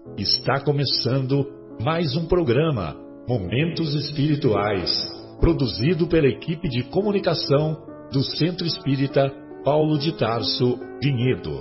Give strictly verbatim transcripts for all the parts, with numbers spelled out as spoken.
Está começando mais um programa, Momentos Espirituais, produzido pela equipe de comunicação do Centro Espírita Paulo de Tarso, Vinhedo.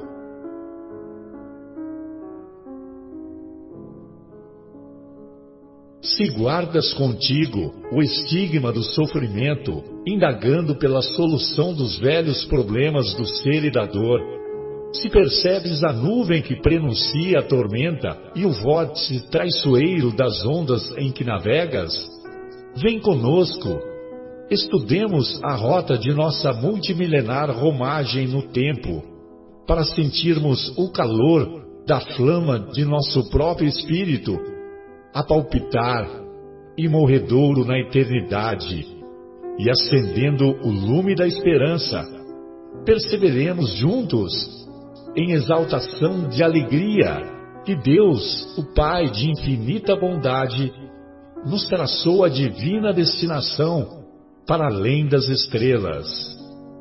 Se guardas contigo o estigma do sofrimento, indagando pela solução dos velhos problemas do ser e da dor, se percebes a nuvem que prenuncia a tormenta e o vórtice traiçoeiro das ondas em que navegas, vem conosco, estudemos a rota de nossa multimilenar romagem no tempo, para sentirmos o calor da flama de nosso próprio espírito, a palpitar, imorredouro na eternidade, e acendendo o lume da esperança, perseveremos juntos em exaltação de alegria que Deus, o Pai de infinita bondade, nos traçou a divina destinação para além das estrelas.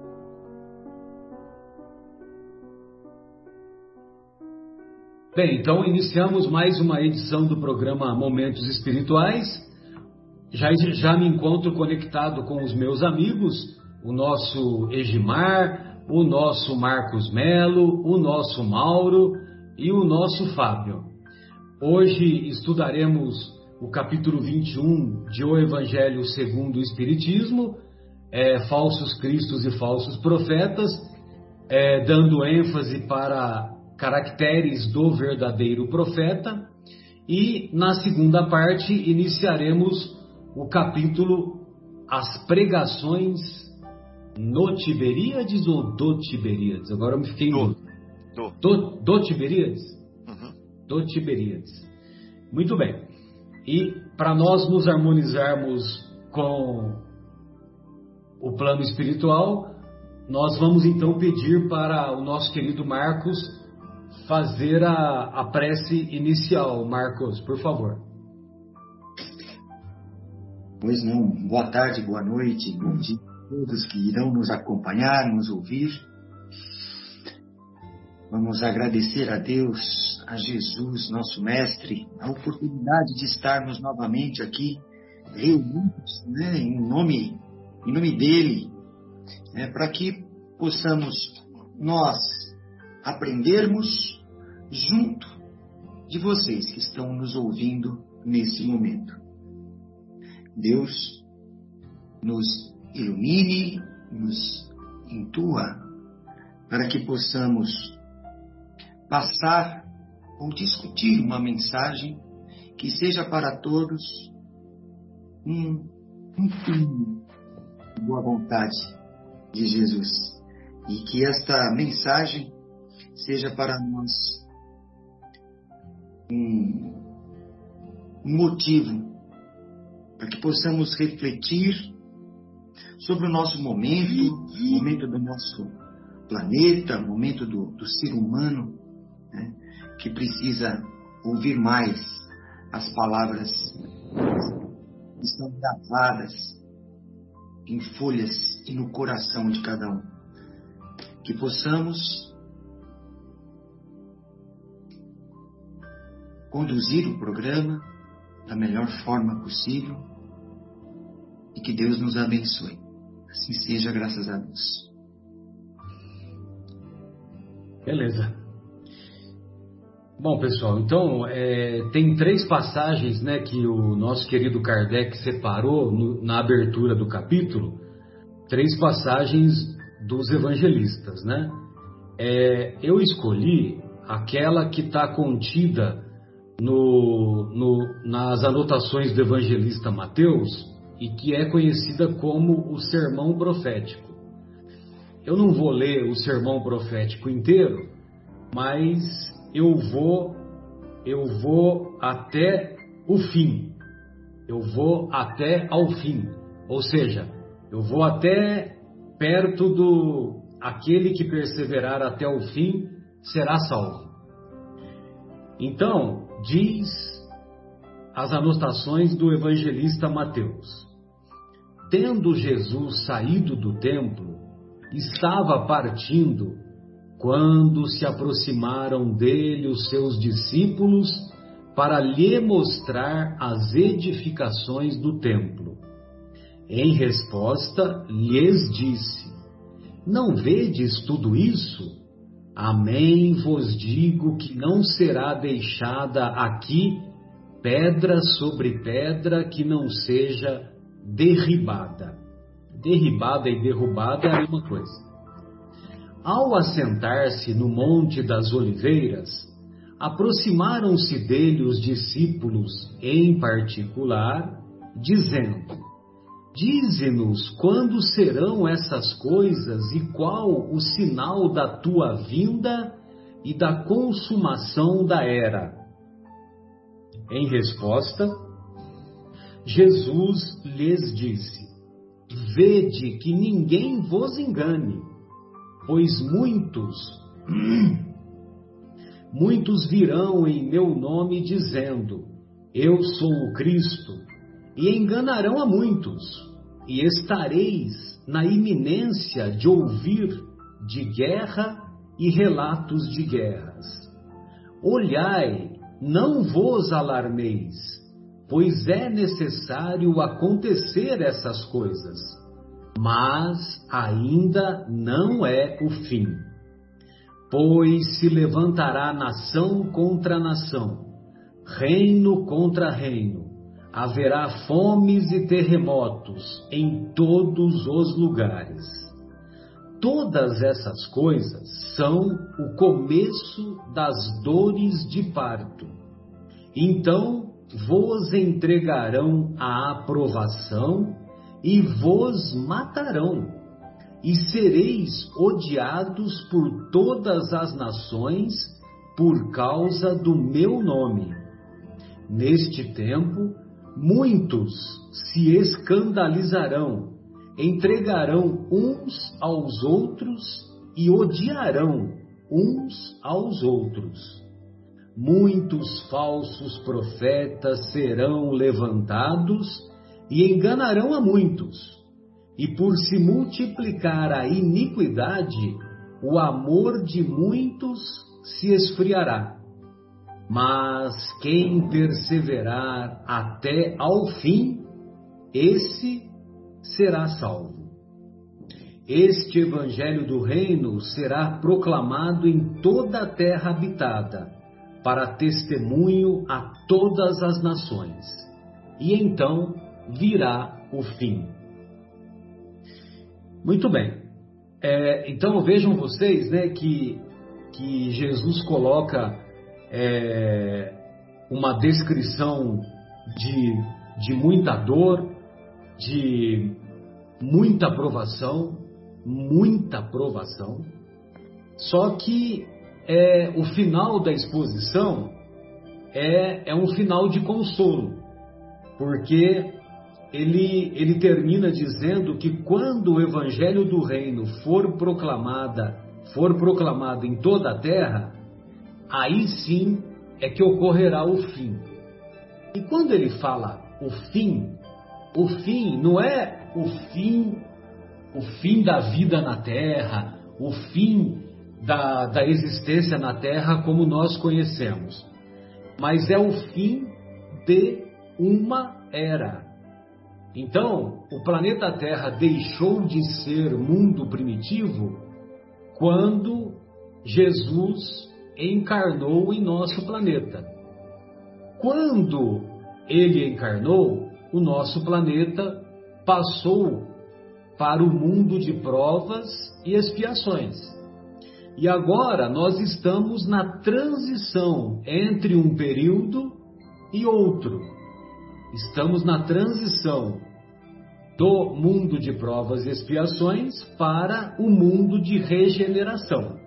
Bem, então iniciamos mais uma edição do programa Momentos Espirituais. Já, já me encontro conectado com os meus amigos, o nosso Egimar, o nosso Marcos Melo, o nosso Mauro e o nosso Fábio. Hoje estudaremos o capítulo vinte e um de O Evangelho segundo o Espiritismo, é, Falsos Cristos e Falsos Profetas, é, dando ênfase para caracteres do verdadeiro profeta, e na segunda parte iniciaremos o capítulo As Pregações no Tiberíades ou do Tiberíades? Agora eu me fiquei do, do. Do, do Tiberíades? Uhum. Do Tiberíades. Muito bem. E para nós nos harmonizarmos com o plano espiritual, nós vamos então pedir para o nosso querido Marcos fazer a, a prece inicial. Marcos, por favor. Pois não. Boa tarde, boa noite, bom dia a todos que irão nos acompanhar, nos ouvir. Vamos agradecer a Deus, a Jesus, nosso Mestre, a oportunidade de estarmos novamente aqui, reunidos, né, em nome, em nome dEle, né, para que possamos nós aprendermos junto de vocês que estão nos ouvindo nesse momento. Deus nos ilumine, nos intua, para que possamos passar ou discutir uma mensagem que seja para todos um, um fim de boa vontade de Jesus. E que esta mensagem seja para nós um, um motivo para que possamos refletir sobre o nosso momento, o momento do nosso planeta, o momento do, do ser humano, né, que precisa ouvir mais as palavras que estão gravadas em folhas e no coração de cada um. Que possamos conduzir o programa da melhor forma possível e que Deus nos abençoe. Assim seja, graças a Deus. Beleza. Bom, pessoal, então é, tem três passagens, né, que o nosso querido Kardec separou no, na abertura do capítulo, três passagens dos evangelistas, né? É, eu escolhi aquela que está contida no, no, nas anotações do evangelista Mateus e que é conhecida como o Sermão Profético. Eu não vou ler o Sermão Profético inteiro, mas eu vou, eu vou até o fim. Eu vou até ao fim. Ou seja, eu vou até perto do... Aquele que perseverar até o fim será salvo. Então, diz as anotações do evangelista Mateus: tendo Jesus saído do templo, estava partindo, quando se aproximaram dele os seus discípulos para lhe mostrar as edificações do templo. Em resposta, lhes disse: Não vedes tudo isso? Amém vos digo que não será deixada aqui pedra sobre pedra que não seja derribada. Derribada e derrubada é a mesma coisa. Ao assentar-se no Monte das Oliveiras, aproximaram-se dele os discípulos em particular, dizendo: Dize-nos quando serão essas coisas e qual o sinal da tua vinda e da consumação da era. Em resposta, Jesus lhes disse: Vede que ninguém vos engane, pois muitos, muitos virão em meu nome dizendo: Eu sou o Cristo, e enganarão a muitos, e estareis na iminência de ouvir de guerra e relatos de guerras. Olhai, não vos alarmeis, pois é necessário acontecer essas coisas, mas ainda não é o fim. Pois se levantará nação contra nação, reino contra reino, haverá fomes e terremotos em todos os lugares. Todas essas coisas são o começo das dores de parto. Então vos entregarão à aprovação e vos matarão, e sereis odiados por todas as nações por causa do meu nome. Neste tempo, muitos se escandalizarão, entregarão uns aos outros e odiarão uns aos outros. Muitos falsos profetas serão levantados e enganarão a muitos. E por se multiplicar a iniquidade, o amor de muitos se esfriará. Mas quem perseverar até ao fim, esse será salvo. Este evangelho do reino será proclamado em toda a terra habitada, para testemunho a todas as nações. E então virá o fim. Muito bem. É, então vejam vocês, né, que, que Jesus coloca é, uma descrição de, de muita dor, de muita provação, muita provação. Só que é, o final da exposição é, é um final de consolo, porque Ele, ele termina dizendo que quando o Evangelho do Reino for proclamada, for proclamado em toda a terra, aí sim é que ocorrerá o fim. E quando ele fala o fim, o fim não é o fim, o fim da vida na terra, o fim da, da existência na terra como nós conhecemos, mas é o fim de uma era. Então, o planeta Terra deixou de ser mundo primitivo quando Jesus encarnou em nosso planeta. Quando ele encarnou, o nosso planeta passou para o mundo de provas e expiações. E agora nós estamos na transição entre um período e outro. Estamos na transição do mundo de provas e expiações para o mundo de regeneração.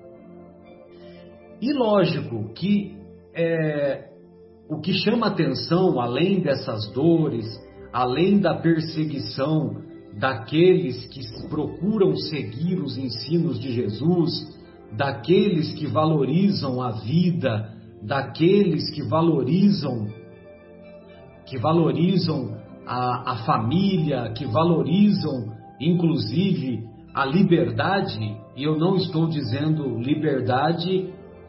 E lógico que é, o que chama atenção, além dessas dores, além da perseguição daqueles que procuram seguir os ensinos de Jesus, daqueles que valorizam a vida, daqueles que valorizam que valorizam a, a família, que valorizam, inclusive, a liberdade, e eu não estou dizendo liberdade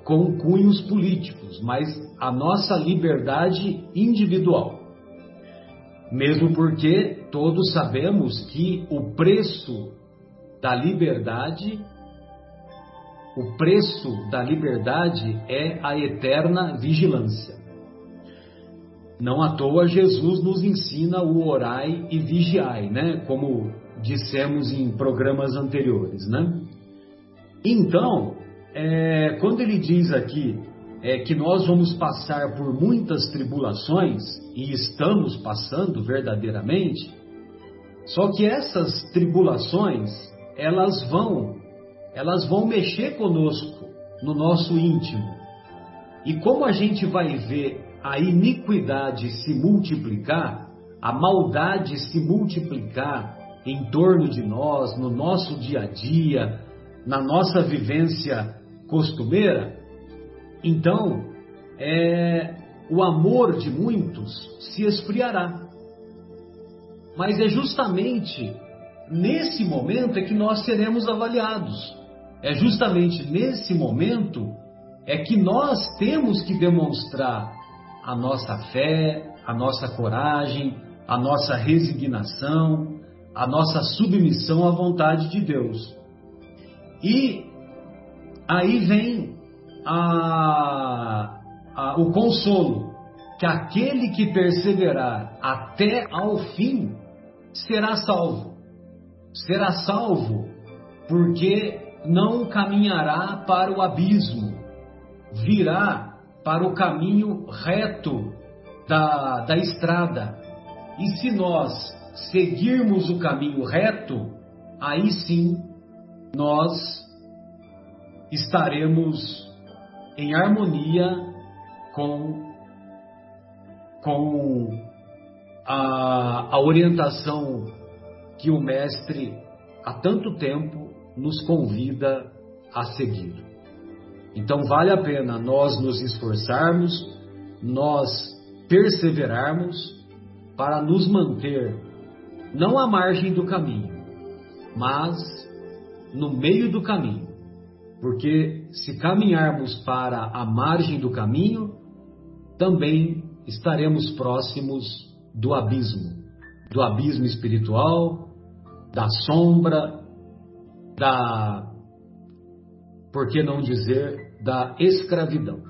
com cunhos políticos, mas a nossa liberdade individual. Mesmo porque todos sabemos que o preço da liberdade, o preço da liberdade é a eterna vigilância. Não à toa Jesus nos ensina o orai e vigiai, né? Como dissemos em programas anteriores, né? Então, é, quando ele diz aqui é, que nós vamos passar por muitas tribulações, e estamos passando verdadeiramente, só que essas tribulações, elas vão, elas vão mexer conosco, no nosso íntimo. E como a gente vai ver a iniquidade se multiplicar, a maldade se multiplicar em torno de nós, no nosso dia a dia, na nossa vivência costumeira, então é, o amor de muitos se esfriará. Mas é justamente nesse momento é que nós seremos avaliados. É justamente nesse momento é que nós temos que demonstrar a nossa fé, a nossa coragem, a nossa resignação, a nossa submissão à vontade de Deus. E aí vem a, a, o consolo, que aquele que perseverar até ao fim será salvo. Será salvo porque não caminhará para o abismo, virá para o caminho reto da, da estrada. E se nós seguirmos o caminho reto, aí sim nós estaremos em harmonia com, com a, a orientação que o Mestre há tanto tempo nos convida a seguir. Então vale a pena nós nos esforçarmos, nós perseverarmos para nos manter não à margem do caminho, mas no meio do caminho. Porque se caminharmos para a margem do caminho, também estaremos próximos do abismo, do abismo espiritual, da sombra, da, por que não dizer, da escravidão.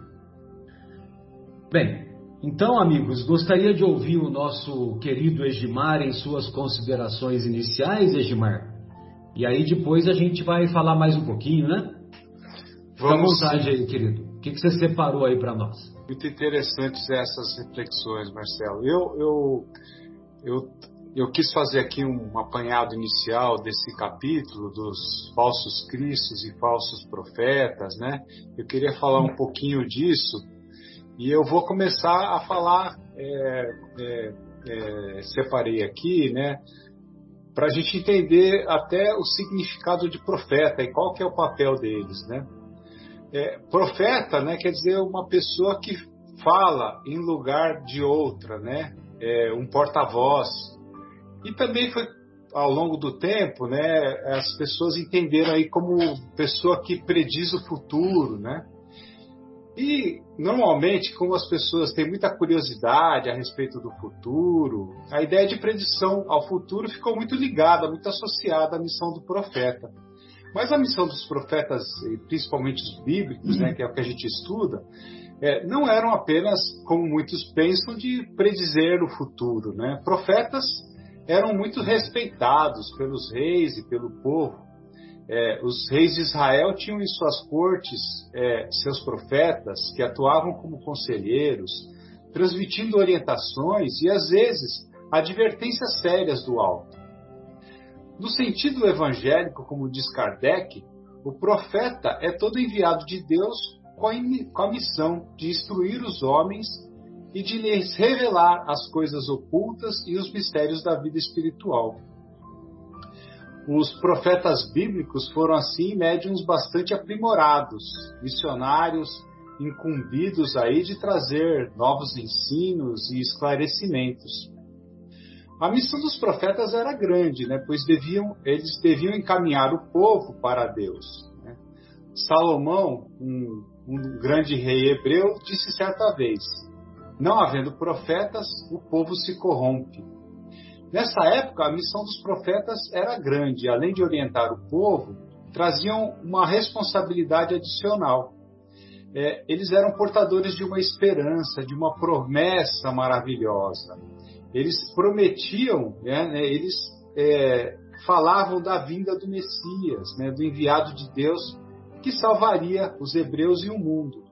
Bem, então, amigos, gostaria de ouvir o nosso querido Egimar em suas considerações iniciais, Egimar. E aí depois a gente vai falar mais um pouquinho, né? Fica à vontade aí, querido. O que, que você separou aí para nós? Muito interessantes essas reflexões, Marcelo. Eu, eu, eu, eu quis fazer aqui um apanhado inicial desse capítulo dos falsos cristos e falsos profetas, né? Eu queria falar um pouquinho disso e eu vou começar a falar, é, é, é, separei aqui, né? Para a gente entender até o significado de profeta e qual que é o papel deles, né? É, profeta, né, quer dizer uma pessoa que fala em lugar de outra, né? É, um porta-voz. E também foi, ao longo do tempo, né, as pessoas entenderam aí como pessoa que prediz o futuro, né? E, normalmente, como as pessoas têm muita curiosidade a respeito do futuro, a ideia de predição ao futuro ficou muito ligada, muito associada à missão do profeta. Mas a missão dos profetas, principalmente os bíblicos, né, que é o que a gente estuda, é, não eram apenas, como muitos pensam, de predizer o futuro, né? Profetas eram muito respeitados pelos reis e pelo povo. É, os reis de Israel tinham em suas cortes é, seus profetas que atuavam como conselheiros, transmitindo orientações e, às vezes, advertências sérias do alto. No sentido evangélico, como diz Kardec, o profeta é todo enviado de Deus com a, com a missão de instruir os homens e de lhes revelar as coisas ocultas e os mistérios da vida espiritual. Os profetas bíblicos foram, assim, médiuns bastante aprimorados, missionários, incumbidos aí de trazer novos ensinos e esclarecimentos. A missão dos profetas era grande, né? Pois deviam, eles deviam encaminhar o povo para Deus, né? Salomão, um, um grande rei hebreu, disse certa vez: não havendo profetas, o povo se corrompe. Nessa época, a missão dos profetas era grande. Além de orientar o povo, traziam uma responsabilidade adicional. É, eles eram portadores de uma esperança, de uma promessa maravilhosa. Eles prometiam, né, eles é, falavam da vinda do Messias, né, do enviado de Deus, que salvaria os hebreus e o mundo.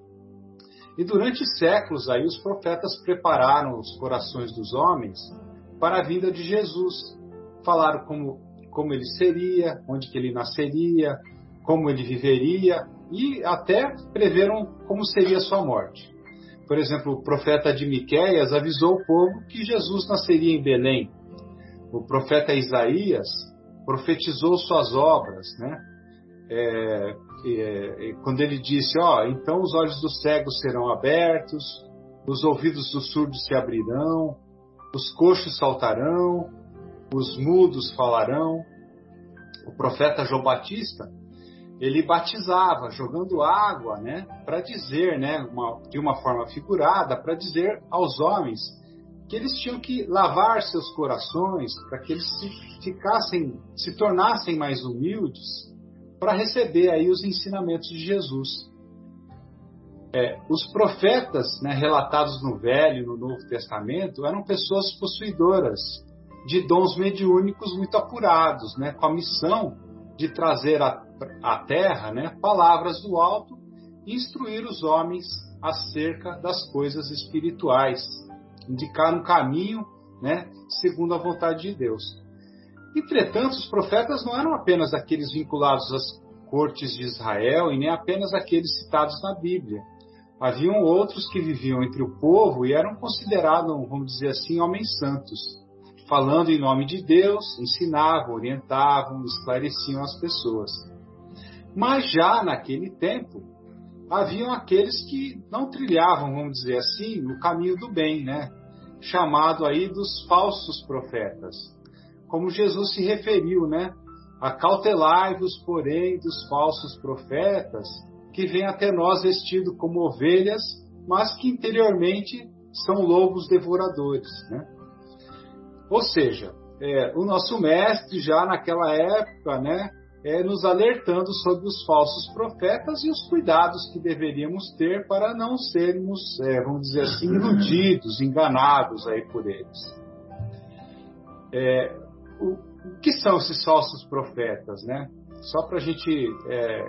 E durante séculos aí os profetas prepararam os corações dos homens para a vinda de Jesus. Falaram como, como ele seria, onde que ele nasceria, como ele viveria, e até preveram como seria a sua morte. Por exemplo, o profeta de Miqueias avisou o povo que Jesus nasceria em Belém. O profeta Isaías profetizou suas obras, né? É, é, quando ele disse, ó, então os olhos dos cegos serão abertos, os ouvidos dos surdos se abrirão, os coxos saltarão, os mudos falarão. O profeta João Batista, ele batizava jogando água, né, para dizer, né, uma, de uma forma figurada, para dizer aos homens que eles tinham que lavar seus corações para que eles se ficassem, se tornassem mais humildes para receber aí os ensinamentos de Jesus. É, os profetas, né, relatados no Velho e no Novo Testamento eram pessoas possuidoras de dons mediúnicos muito apurados, né, com a missão de trazer à, à terra, né, palavras do alto e instruir os homens acerca das coisas espirituais, indicar um caminho, né, segundo a vontade de Deus. Entretanto, os profetas não eram apenas aqueles vinculados às cortes de Israel e nem apenas aqueles citados na Bíblia. Haviam outros que viviam entre o povo e eram considerados, vamos dizer assim, homens santos. Falando em nome de Deus, ensinavam, orientavam, esclareciam as pessoas. Mas já naquele tempo, haviam aqueles que não trilhavam, vamos dizer assim, o caminho do bem, né? Chamado aí dos falsos profetas. Como Jesus se referiu, né? Acautelai-vos, porém, dos falsos profetas, que vêm até nós vestidos como ovelhas, mas que interiormente são lobos devoradores, né? Ou seja, é, o nosso mestre já naquela época, né, é, nos alertando sobre os falsos profetas e os cuidados que deveríamos ter para não sermos, é, vamos dizer assim, iludidos, enganados aí por eles. É, o, o que são esses falsos profetas, né? Só para a gente é,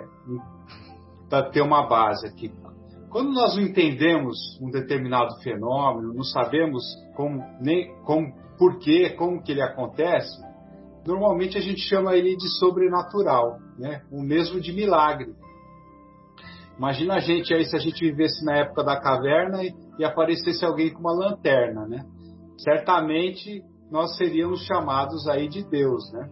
ter uma base aqui. Quando nós não entendemos um determinado fenômeno, não sabemos como, nem, como, por quê, como que ele acontece, normalmente a gente chama ele de sobrenatural, né? O mesmo de milagre. Imagina a gente aí, se a gente vivesse na época da caverna e, e aparecesse alguém com uma lanterna, né? Certamente nós seríamos chamados aí de Deus, né?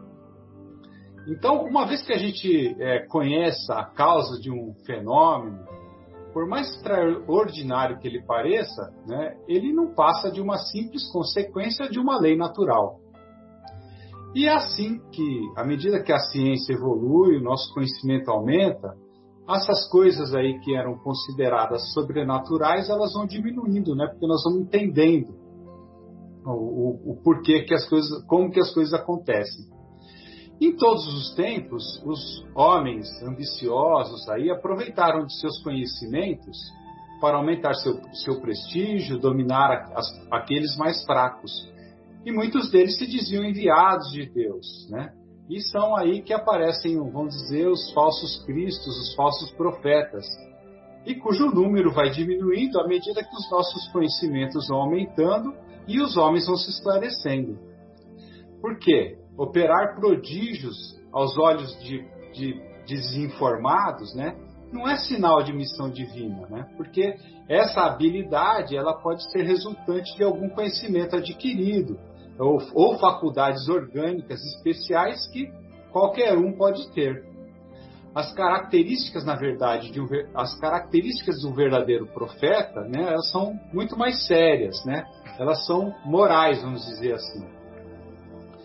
Então, uma vez que a gente é, conheça a causa de um fenômeno, por mais extraordinário que ele pareça, né, ele não passa de uma simples consequência de uma lei natural. E é assim que, à medida que a ciência evolui, o nosso conhecimento aumenta, essas coisas aí que eram consideradas sobrenaturais, elas vão diminuindo, né, porque nós vamos entendendo o, o, o porquê que as coisas, como que as coisas acontecem. Em todos os tempos, os homens ambiciosos aí aproveitaram de seus conhecimentos para aumentar seu, seu prestígio, dominar as, aqueles mais fracos. E muitos deles se diziam enviados de Deus, né? E são aí que aparecem, vamos dizer, os falsos cristos, os falsos profetas, e cujo número vai diminuindo à medida que os nossos conhecimentos vão aumentando e os homens vão se esclarecendo. Por quê? Operar prodígios aos olhos de, de desinformados, né, não é sinal de missão divina, né, porque essa habilidade ela pode ser resultante de algum conhecimento adquirido ou, ou faculdades orgânicas especiais que qualquer um pode ter. As características, na verdade, de um, as características do verdadeiro profeta, né, elas são muito mais sérias, né, elas são morais, vamos dizer assim.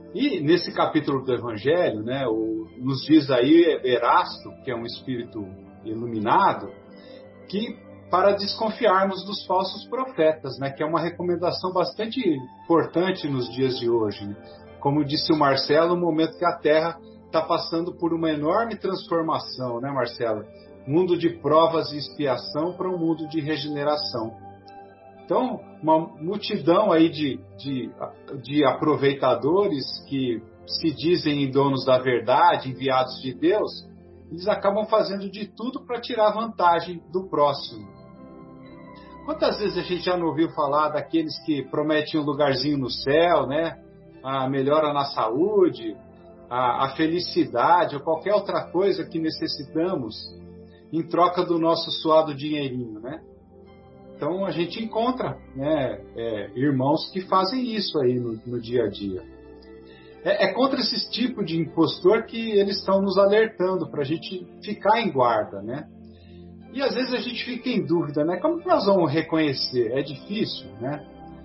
E nesse capítulo do Evangelho, né, o, nos diz aí Erasto, que é um espírito iluminado, que para desconfiarmos dos falsos profetas, né, que é uma recomendação bastante importante nos dias de hoje. Né? Como disse o Marcelo, no momento que a Terra está passando por uma enorme transformação, né, Marcelo? Mundo de provas e expiação para um mundo de regeneração. Então, uma multidão aí de, de, de aproveitadores que se dizem donos da verdade, enviados de Deus, eles acabam fazendo de tudo para tirar vantagem do próximo. Quantas vezes a gente já não ouviu falar daqueles que prometem um lugarzinho no céu, né? A melhora na saúde, a, a felicidade ou qualquer outra coisa que necessitamos em troca do nosso suado dinheirinho, né? Então a gente encontra, né, é, irmãos que fazem isso aí no, no dia a dia. É, é contra esse tipo de impostor que eles estão nos alertando para a gente ficar em guarda, né? E às vezes a gente fica em dúvida, né? Como que nós vamos reconhecer? É difícil, né?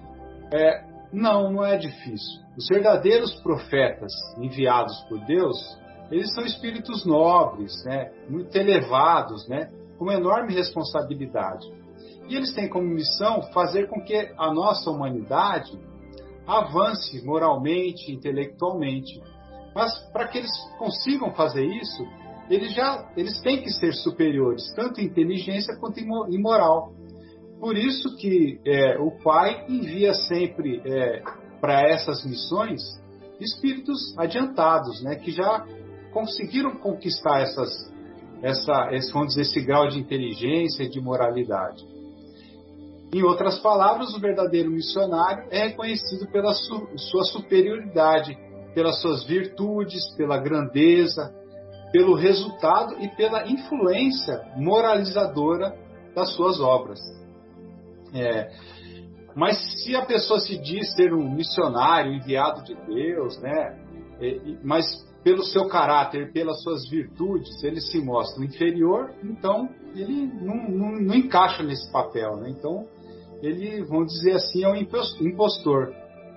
É, não, não é difícil. Os verdadeiros profetas enviados por Deus, eles são espíritos nobres, né? Muito elevados, né? Com uma enorme responsabilidade. E eles têm como missão fazer com que a nossa humanidade avance moralmente, intelectualmente. Mas para que eles consigam fazer isso, eles, já, eles têm que ser superiores, tanto em inteligência quanto em moral. Por isso que é, o Pai envia sempre é, para essas missões espíritos adiantados, né, que já conseguiram conquistar essas, essa, esse, vamos dizer, esse grau de inteligência e de moralidade. Em outras palavras, o verdadeiro missionário é reconhecido pela su, sua superioridade, pelas suas virtudes, pela grandeza, pelo resultado e pela influência moralizadora das suas obras. É, mas se a pessoa se diz ser um missionário enviado de Deus, né, é, mas pelo seu caráter, pelas suas virtudes, ele se mostra inferior, então ele não, não, não encaixa nesse papel, né? Então ele, vamos dizer assim, é um impostor.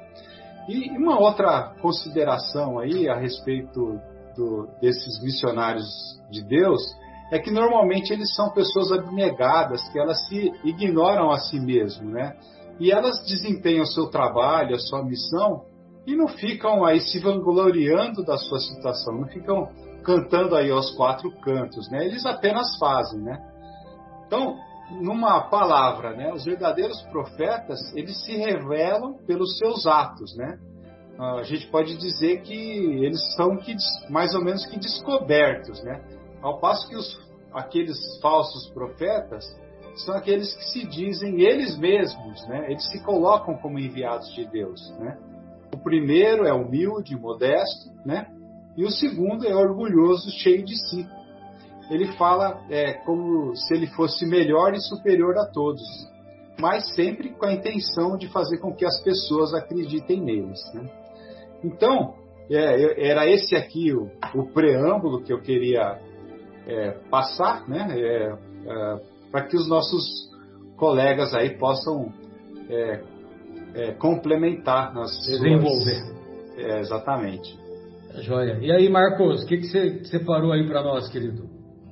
E uma outra consideração aí a respeito do, desses missionários de Deus é que normalmente eles são pessoas abnegadas, que elas se ignoram a si mesmo, né? E elas desempenham o seu trabalho, a sua missão, e não ficam aí se vangloriando da sua situação, não ficam cantando aí aos quatro cantos, né? Eles apenas fazem, né? Então, numa palavra, né, os verdadeiros profetas, eles se revelam pelos seus atos, né? A gente pode dizer que eles são que, mais ou menos que descobertos, né? Ao passo que os, aqueles falsos profetas são aqueles que se dizem eles mesmos, né? Eles se colocam como enviados de Deus, né? O primeiro é humilde, modesto, né? E o segundo é orgulhoso, cheio de si. Ele fala é, como se ele fosse melhor e superior a todos, mas sempre com a intenção de fazer com que as pessoas acreditem neles, né? Então, é, era esse aqui o, o preâmbulo que eu queria é, passar, né? É, é, para que os nossos colegas aí possam é, é, complementar nas desenvolver. Suas... É, exatamente. É, joia. E aí, Marcos, o que, que você separou aí para nós, querido?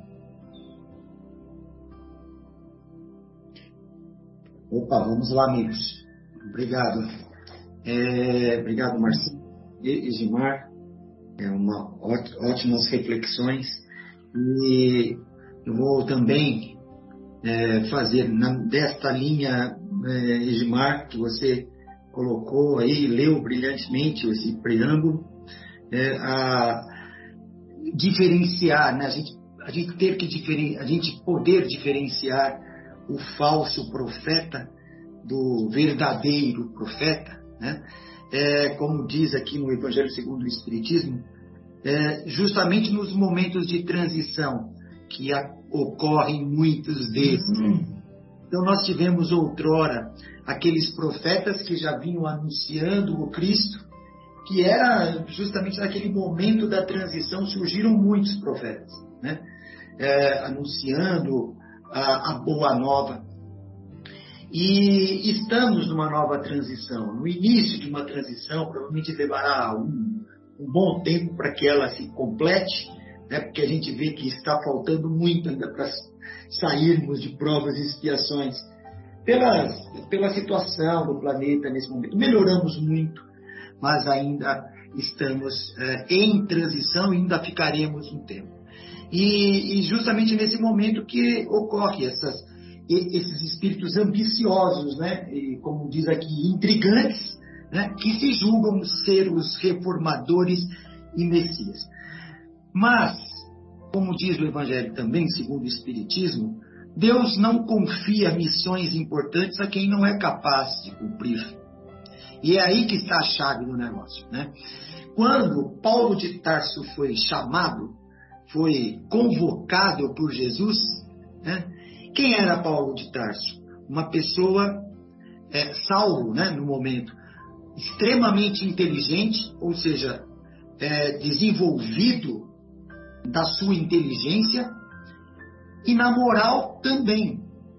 Opa, vamos lá, amigos. Obrigado. É, obrigado, Marcelo e Edmar. É uma ótimas reflexões. E eu vou também é, fazer na, desta linha, é, Edmar, que você colocou aí, leu brilhantemente esse preâmbulo, é, a diferenciar, né? a, gente, a gente ter que diferen, a gente poder diferenciar o falso profeta do verdadeiro profeta, né? É, como diz aqui no Evangelho segundo o Espiritismo, é, justamente nos momentos de transição que a, ocorrem muitos deles. Então nós tivemos outrora aqueles profetas que já vinham anunciando o Cristo, que era justamente naquele momento da transição, surgiram muitos profetas, né? É, anunciando A, a boa nova. E estamos numa nova transição, no início de uma transição, provavelmente levará um, um bom tempo para que ela se complete, né? Porque a gente vê que está faltando muito ainda para sairmos de provas e expiações pela, pela situação do planeta nesse momento. Melhoramos muito, mas ainda estamos é, em transição e ainda ficaremos um tempo. E, e justamente nesse momento que ocorre essas, esses espíritos ambiciosos, né? E, como diz aqui, intrigantes, né? Que se julgam ser os reformadores e messias. Mas, como diz o Evangelho também, segundo o Espiritismo, Deus não confia missões importantes a quem não é capaz de cumprir. E é aí que está a chave do negócio, né? Quando Paulo de Tarso foi chamado, foi convocado por Jesus, né? Quem era Paulo de Tarso? Uma pessoa, é, Saulo, né, no momento, extremamente inteligente, ou seja, é, desenvolvido da sua inteligência, e na moral também.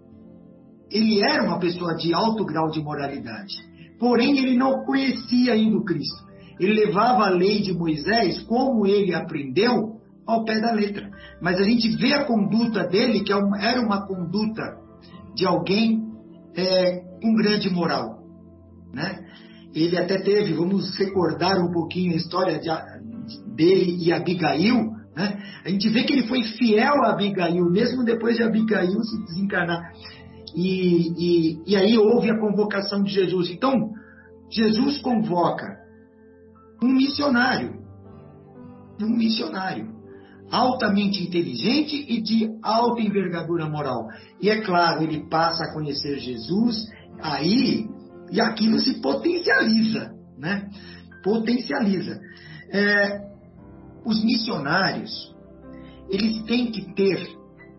Ele era uma pessoa de alto grau de moralidade, porém ele não conhecia ainda o Cristo. Ele levava a lei de Moisés, como ele aprendeu, ao pé da letra. Mas a gente vê a conduta dele, que era uma conduta de alguém é, com grande moral, né? Ele até teve, vamos recordar um pouquinho a história de, dele e Abigail, né? A gente vê que ele foi fiel a Abigail, mesmo depois de Abigail se desencarnar. E, e, e aí houve a convocação de Jesus. Então, Jesus convoca um missionário, um missionário, altamente inteligente e de alta envergadura moral. E é claro, ele passa a conhecer Jesus, aí, e aquilo se potencializa, né? Potencializa. É, os missionários, eles têm que ter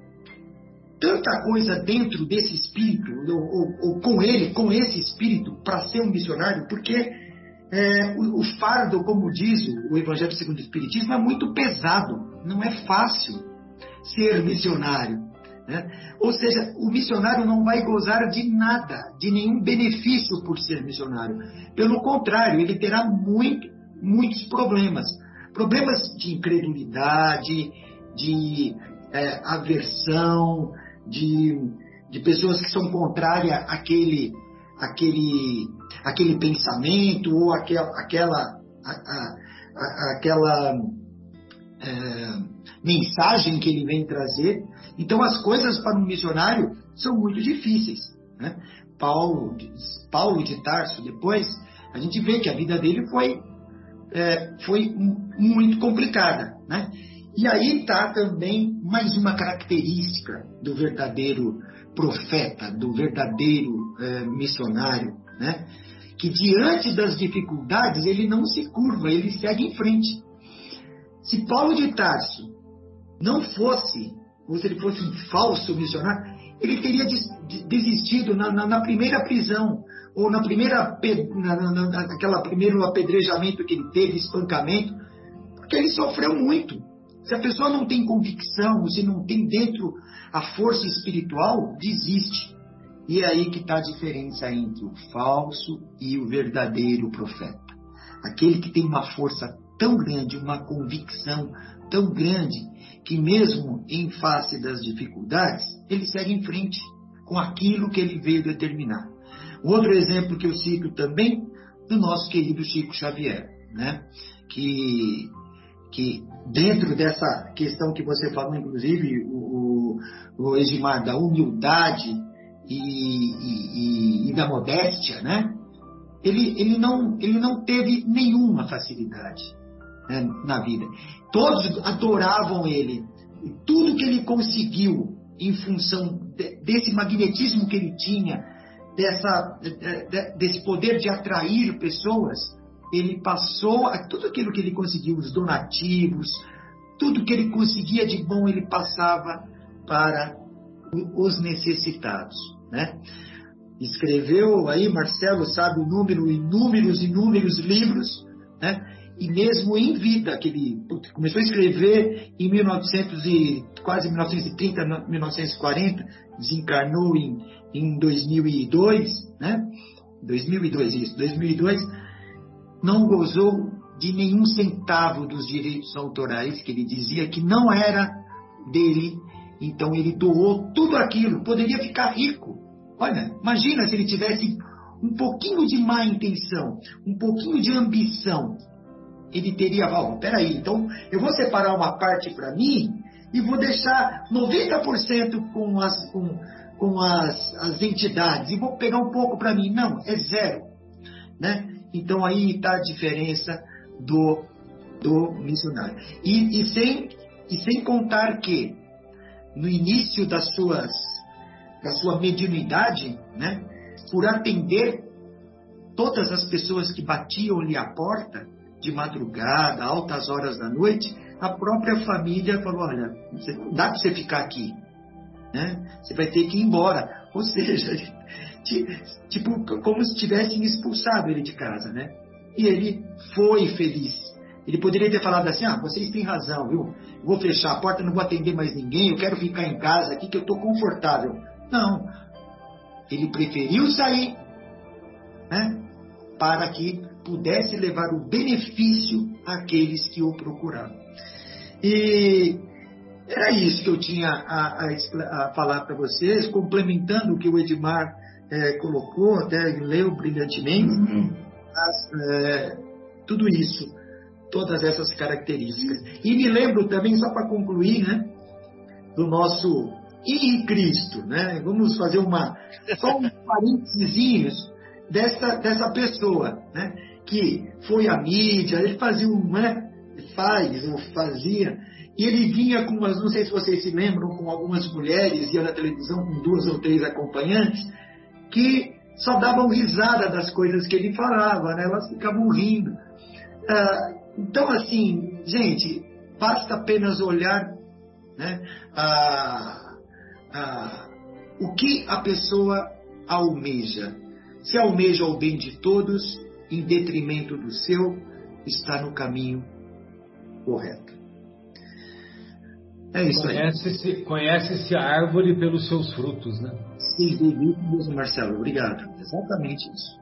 tanta coisa dentro desse espírito, ou, ou, ou com ele, com esse espírito, para ser um missionário, porque é, o, o fardo, como diz o, o Evangelho segundo o Espiritismo, é muito pesado, não é fácil ser missionário, né? Ou seja, o missionário não vai gozar de nada, de nenhum benefício por ser missionário. Pelo contrário, ele terá muito, muitos problemas. Problemas de incredulidade, de é, aversão, de, de pessoas que são contrárias àquele, àquele, àquele pensamento ou àquela, àquela, à, à, àquela é, mensagem que ele vem trazer. Então, as coisas para um missionário são muito difíceis, né? Paulo, Paulo de Tarso, depois, a gente vê que a vida dele foi, é, foi muito complicada, né? E aí está também mais uma característica do verdadeiro profeta, do verdadeiro é, missionário, né? Que diante das dificuldades ele não se curva, ele segue em frente. Se Paulo de Tarso não fosse, ou se ele fosse um falso missionário, ele teria desistido na, na, na primeira prisão, ou na primeira, na, na, naquela primeiro apedrejamento que ele teve, espancamento, porque ele sofreu muito. Se a pessoa não tem convicção, se não tem dentro a força espiritual, desiste. E é aí que está a diferença entre o falso e o verdadeiro profeta. Aquele que tem uma força tão grande, uma convicção tão grande, que mesmo em face das dificuldades, ele segue em frente com aquilo que ele veio determinar. Outro exemplo que eu cito também, do nosso querido Chico Xavier, né? que... que dentro dessa questão que você falou, inclusive, o, o, o Egimar, da humildade e, e, e da modéstia, né? ele, ele, não, ele não teve nenhuma facilidade, né, na vida. Todos adoravam ele. E tudo que ele conseguiu em função de, desse magnetismo que ele tinha, dessa, de, de, desse poder de atrair pessoas, ele passou a tudo aquilo que ele conseguiu, os donativos, tudo que ele conseguia de bom, ele passava para os necessitados, né? Escreveu aí, Marcelo sabe o número, inúmeros, inúmeros livros, né? E mesmo em vida, que ele começou a escrever em mil e novecentos e, quase mil novecentos e trinta, mil novecentos e quarenta, desencarnou em, em dois mil e dois, né? dois mil e dois, isso, dois mil e dois, não gozou de nenhum centavo dos direitos autorais, que ele dizia que não era dele, então ele doou tudo aquilo, poderia ficar rico. Olha, imagina se ele tivesse um pouquinho de má intenção, um pouquinho de ambição, ele teria, ó, oh, peraí, então eu vou separar uma parte para mim e vou deixar noventa por cento com as, com, com as, as entidades, e vou pegar um pouco para mim. Não, é zero, né? Então aí está a diferença do, do missionário. E, e, sem, e sem contar que, no início das suas, da sua mediunidade, né, por atender todas as pessoas que batiam-lhe a porta, de madrugada, altas horas da noite, a própria família falou, olha, não dá para você ficar aqui, né? Você vai ter que ir embora. Ou seja, tipo, como se tivessem expulsado ele de casa, né? E ele foi feliz. Ele poderia ter falado assim, ah, vocês têm razão, viu? Eu vou fechar a porta, não vou atender mais ninguém, eu quero ficar em casa aqui que eu estou confortável. Não. Ele preferiu sair, né, para que pudesse levar o benefício àqueles que o procuravam. E era isso que eu tinha a, a, a falar para vocês, complementando o que o Edmar é, colocou, até leu brilhantemente, uhum. as, é, tudo isso, todas essas características. E me lembro também, só para concluir, né, do nosso em Cristo, né? Vamos fazer uma, só um parênteses dessa, dessa pessoa, né, que foi à mídia, ele fazia um, né, faz ou fazia, e ele vinha com umas, não sei se vocês se lembram, com algumas mulheres, ia na televisão com duas ou três acompanhantes, que só davam risada das coisas que ele falava, né? Elas ficavam rindo. Ah, então, assim, gente, basta apenas olhar, né, a, a, o que a pessoa almeja. Se almeja o bem de todos, em detrimento do seu, está no caminho correto. É isso aí. Conhece-se, conhece-se a árvore pelos seus frutos, né? Sim, Marcelo, obrigado. Exatamente isso.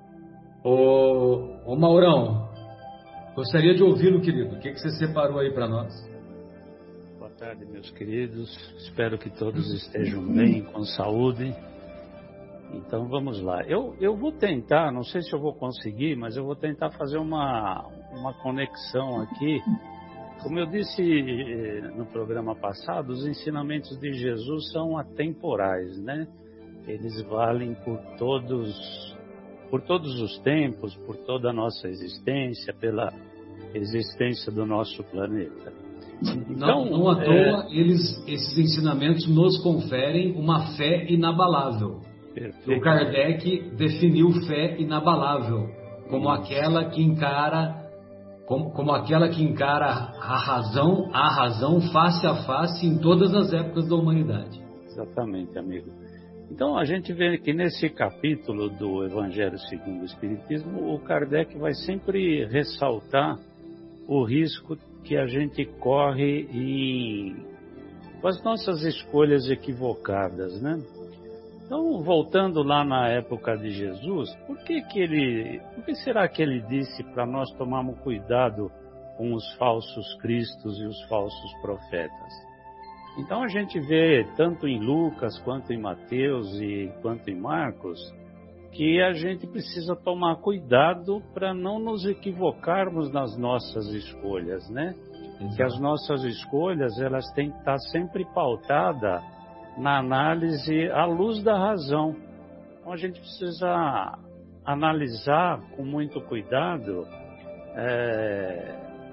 Ô, ô Maurão, gostaria de ouvi-lo, querido. O que, que você separou aí para nós? Boa tarde, meus queridos. Espero que todos estejam bem, com saúde. Então vamos lá. Eu, eu vou tentar, não sei se eu vou conseguir, mas eu vou tentar fazer uma, uma conexão aqui. Como eu disse no programa passado, os ensinamentos de Jesus são atemporais, né? Eles valem por todos, por todos os tempos, por toda a nossa existência, pela existência do nosso planeta. Então, não, não à toa, é... eles, esses ensinamentos nos conferem uma fé inabalável. O Kardec definiu fé inabalável como aquela que encara como, como aquela que encara a razão, a razão face a face em todas as épocas da humanidade. Exatamente, amigo. Então a gente vê que nesse capítulo do Evangelho segundo o Espiritismo, o Kardec vai sempre ressaltar o risco que a gente corre em, com as nossas escolhas equivocadas, né? Então, voltando lá na época de Jesus, por que que ele, por que será que ele disse para nós tomarmos cuidado com os falsos cristos e os falsos profetas? Então, a gente vê tanto em Lucas, quanto em Mateus e quanto em Marcos, que a gente precisa tomar cuidado para não nos equivocarmos nas nossas escolhas, né? Exato. Que as nossas escolhas, elas têm que estar sempre pautadas na análise à luz da razão. Então a gente precisa analisar com muito cuidado é,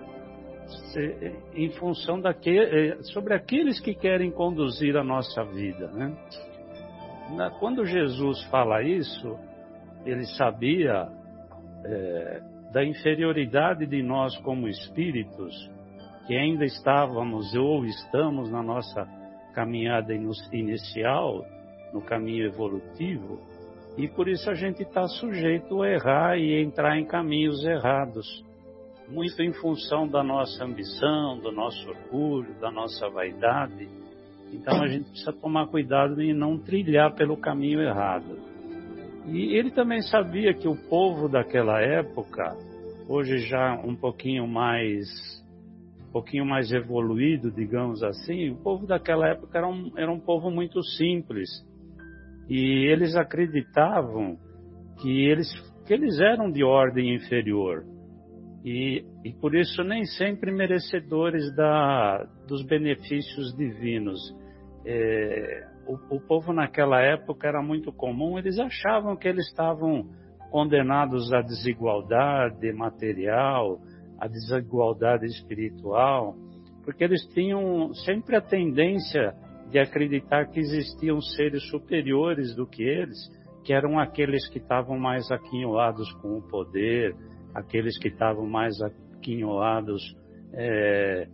se, em função daquele, sobre aqueles que querem conduzir a nossa vida, né? Na, quando Jesus fala isso, ele sabia é, da inferioridade de nós como espíritos, que ainda estávamos ou estamos na nossa caminhada inicial, no caminho evolutivo, e por isso a gente está sujeito a errar e entrar em caminhos errados, muito em função da nossa ambição, do nosso orgulho, da nossa vaidade. Então a gente precisa tomar cuidado em não trilhar pelo caminho errado. E ele também sabia que o povo daquela época hoje já um pouquinho mais, um pouquinho mais evoluído, digamos assim. O povo daquela época era um, era um povo muito simples. E eles acreditavam que eles, que eles eram de ordem inferior. E, e por isso nem sempre merecedores da, dos benefícios divinos. É, o, o povo naquela época era muito comum, eles achavam que eles estavam condenados à desigualdade material, à desigualdade espiritual, porque eles tinham sempre a tendência de acreditar que existiam seres superiores do que eles, que eram aqueles que estavam mais aquinhoados com o poder, aqueles que estavam mais aquinhoados é,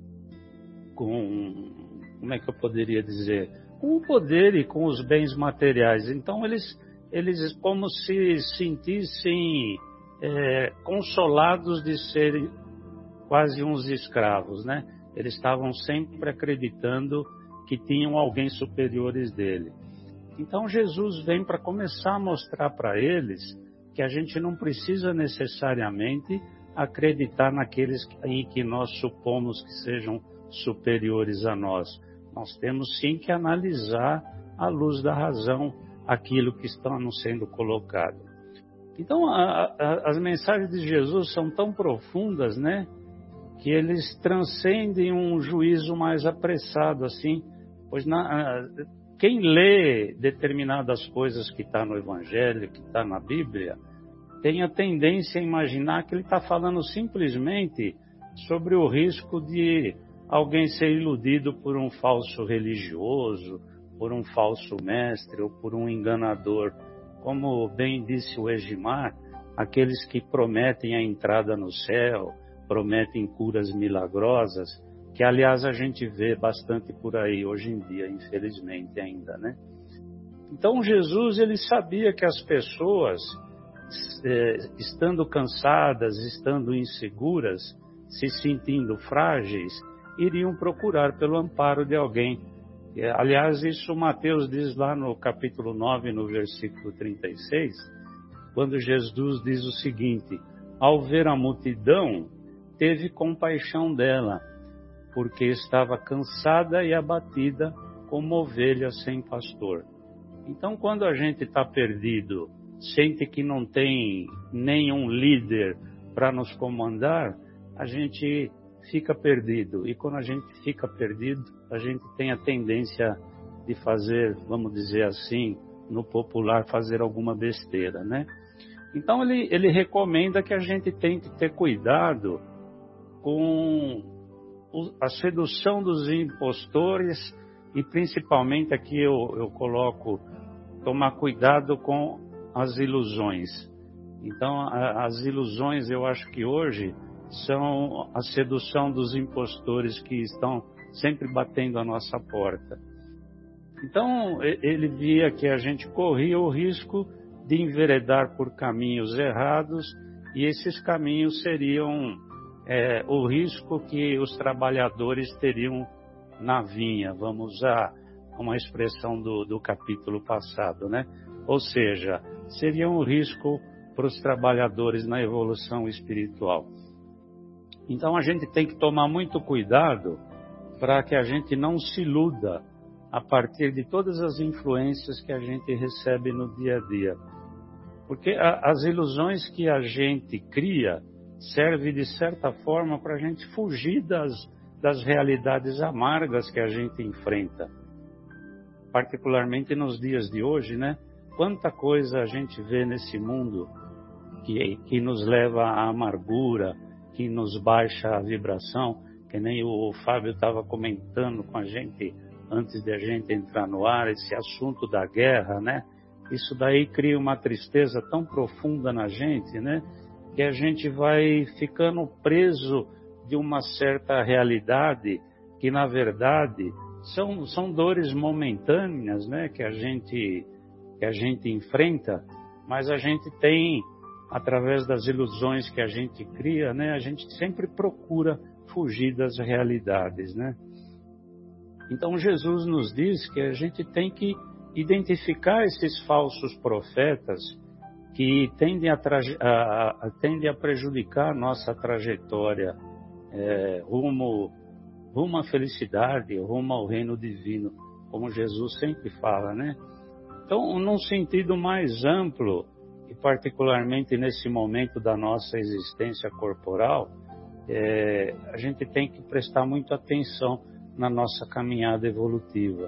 com, como é que eu poderia dizer, com o poder e com os bens materiais. Então eles, eles como se sentissem é, consolados de serem quase uns escravos, né? Eles estavam sempre acreditando que tinham alguém superiores dele. Então Jesus vem para começar a mostrar para eles que a gente não precisa necessariamente acreditar naqueles em que nós supomos que sejam superiores a nós. Nós temos sim que analisar à luz da razão aquilo que está nos sendo colocado. Então a, a, as mensagens de Jesus são tão profundas, né, que eles transcendem um juízo mais apressado, assim, pois na, quem lê determinadas coisas que está no Evangelho, que está na Bíblia, tem a tendência a imaginar que ele está falando simplesmente sobre o risco de alguém ser iludido por um falso religioso, por um falso mestre ou por um enganador. Como bem disse o Egimar, aqueles que prometem a entrada no céu, prometem curas milagrosas, que aliás a gente vê bastante por aí hoje em dia, infelizmente ainda, né? Então Jesus, ele sabia que as pessoas, eh, estando cansadas, estando inseguras, se sentindo frágeis, iriam procurar pelo amparo de alguém. Aliás, isso Mateus diz lá no capítulo nove, no versículo trinta e seis, quando Jesus diz o seguinte: ao ver a multidão, teve compaixão dela, porque estava cansada e abatida como ovelha sem pastor. Então, quando a gente está perdido, sente que não tem nenhum líder para nos comandar, a gente fica perdido. E quando a gente fica perdido, a gente tem a tendência de fazer, vamos dizer assim, no popular, fazer alguma besteira, né? Então, ele, ele recomenda que a gente tem que ter cuidado com a sedução dos impostores e principalmente aqui eu, eu coloco tomar cuidado com as ilusões. Então a, as ilusões eu acho que hoje são a sedução dos impostores que estão sempre batendo a nossa porta. Então ele via que a gente corria o risco de enveredar por caminhos errados e esses caminhos seriam É, o risco que os trabalhadores teriam na vinha, vamos usar uma expressão do, do capítulo passado, né? Ou seja, seria um risco para os trabalhadores na evolução espiritual. Então a gente tem que tomar muito cuidado para que a gente não se iluda a partir de todas as influências que a gente recebe no dia a dia. Porque a, as ilusões que a gente cria serve de certa forma para a gente fugir das, das realidades amargas que a gente enfrenta. Particularmente nos dias de hoje, né? Quanta coisa a gente vê nesse mundo que, que nos leva à amargura, que nos baixa a vibração, que nem o Fábio estava comentando com a gente antes de a gente entrar no ar, esse assunto da guerra, né? Isso daí cria uma tristeza tão profunda na gente, né? Que a gente vai ficando preso de uma certa realidade que, na verdade, são, são dores momentâneas, né, que a gente, que a gente enfrenta, mas a gente tem, através das ilusões que a gente cria, né, a gente sempre procura fugir das realidades, né? Então Jesus nos diz que a gente tem que identificar esses falsos profetas que tendem a, traje, a, a, tendem a prejudicar a nossa trajetória é, rumo, rumo à felicidade, rumo ao reino divino, como Jesus sempre fala, né? Então, num sentido mais amplo, e particularmente nesse momento da nossa existência corporal, é, a gente tem que prestar muita atenção na nossa caminhada evolutiva.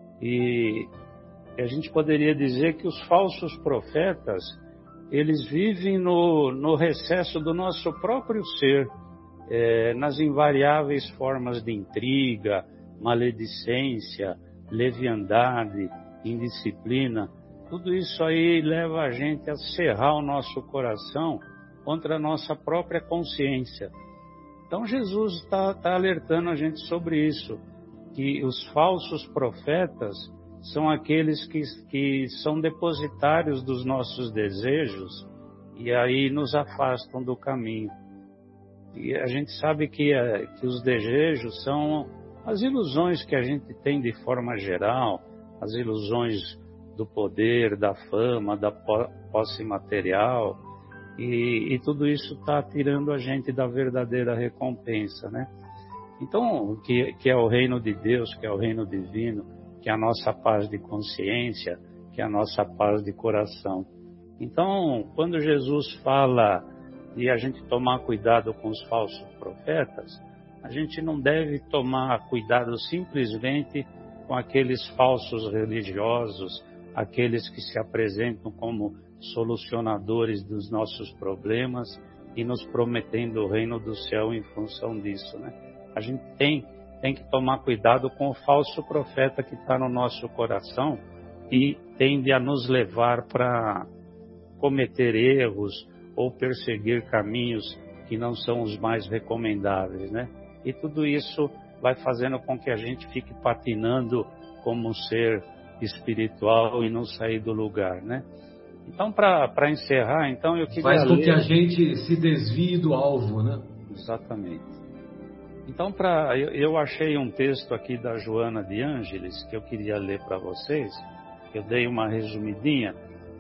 E a gente poderia dizer que os falsos profetas, eles vivem no, no recesso do nosso próprio ser, é, nas invariáveis formas de intriga, maledicência, leviandade, indisciplina. Tudo isso aí leva a gente a cerrar o nosso coração contra a nossa própria consciência. Então Jesus está tá alertando a gente sobre isso, que os falsos profetas são aqueles que, que são depositários dos nossos desejos e aí nos afastam do caminho. E a gente sabe que, que os desejos são as ilusões que a gente tem de forma geral, as ilusões do poder, da fama, da posse material, e, e tudo isso está tirando a gente da verdadeira recompensa, né? Então, que, que é o reino de Deus, que é o reino divino, que é a nossa paz de consciência, que é a nossa paz de coração. Então, quando Jesus fala de a gente tomar cuidado com os falsos profetas, a gente não deve tomar cuidado simplesmente com aqueles falsos religiosos, aqueles que se apresentam como solucionadores dos nossos problemas e nos prometendo o reino do céu em função disso, né? A gente tem, tem que tomar cuidado com o falso profeta que está no nosso coração e tende a nos levar para cometer erros ou perseguir caminhos que não são os mais recomendáveis, né? E tudo isso vai fazendo com que a gente fique patinando como um ser espiritual e não sair do lugar, né? Então, para encerrar, então eu queria Faz com ler... que a gente se desvie do alvo, né? Exatamente. Então, pra, eu, eu achei um texto aqui da Joana de Ângeles que eu queria ler para vocês. Eu dei uma resumidinha,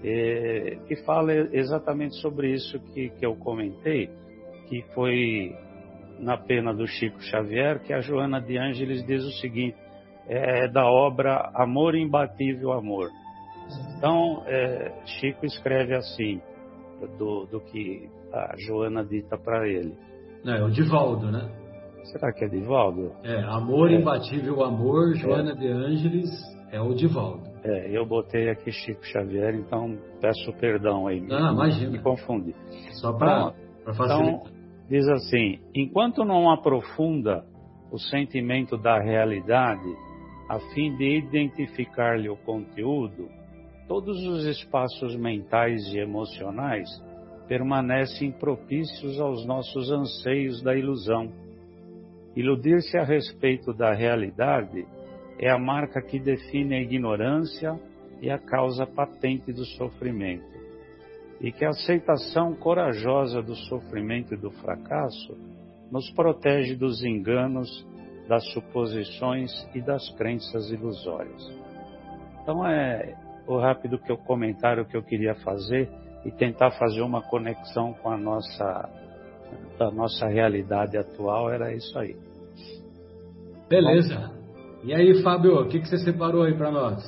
é, que fala exatamente sobre isso que, que eu comentei, que foi na pena do Chico Xavier, que a Joana de Ângeles diz o seguinte, é da obra Amor Imbatível Amor. Então, é, Chico escreve assim, do, do que a Joana dita para ele. Não, é o Divaldo, né? Será que é Divaldo? É, Amor é. Imbatível Amor, Joana é. de Ângeles, é o Divaldo. É, eu botei aqui Chico Xavier, então peço perdão aí. Não, imagina. Me confundi. Só para então, facilitar. Então, diz assim, enquanto não aprofunda o sentimento da realidade, a fim de identificar-lhe o conteúdo, todos os espaços mentais e emocionais permanecem propícios aos nossos anseios da ilusão. Iludir-se a respeito da realidade é a marca que define a ignorância e a causa patente do sofrimento. E que a aceitação corajosa do sofrimento e do fracasso nos protege dos enganos, das suposições e das crenças ilusórias. Então é o rápido que eu comentário que eu queria fazer e tentar fazer uma conexão com a nossa, a nossa realidade atual, era isso aí. Beleza. E aí, Fábio, o que, que você separou aí para nós?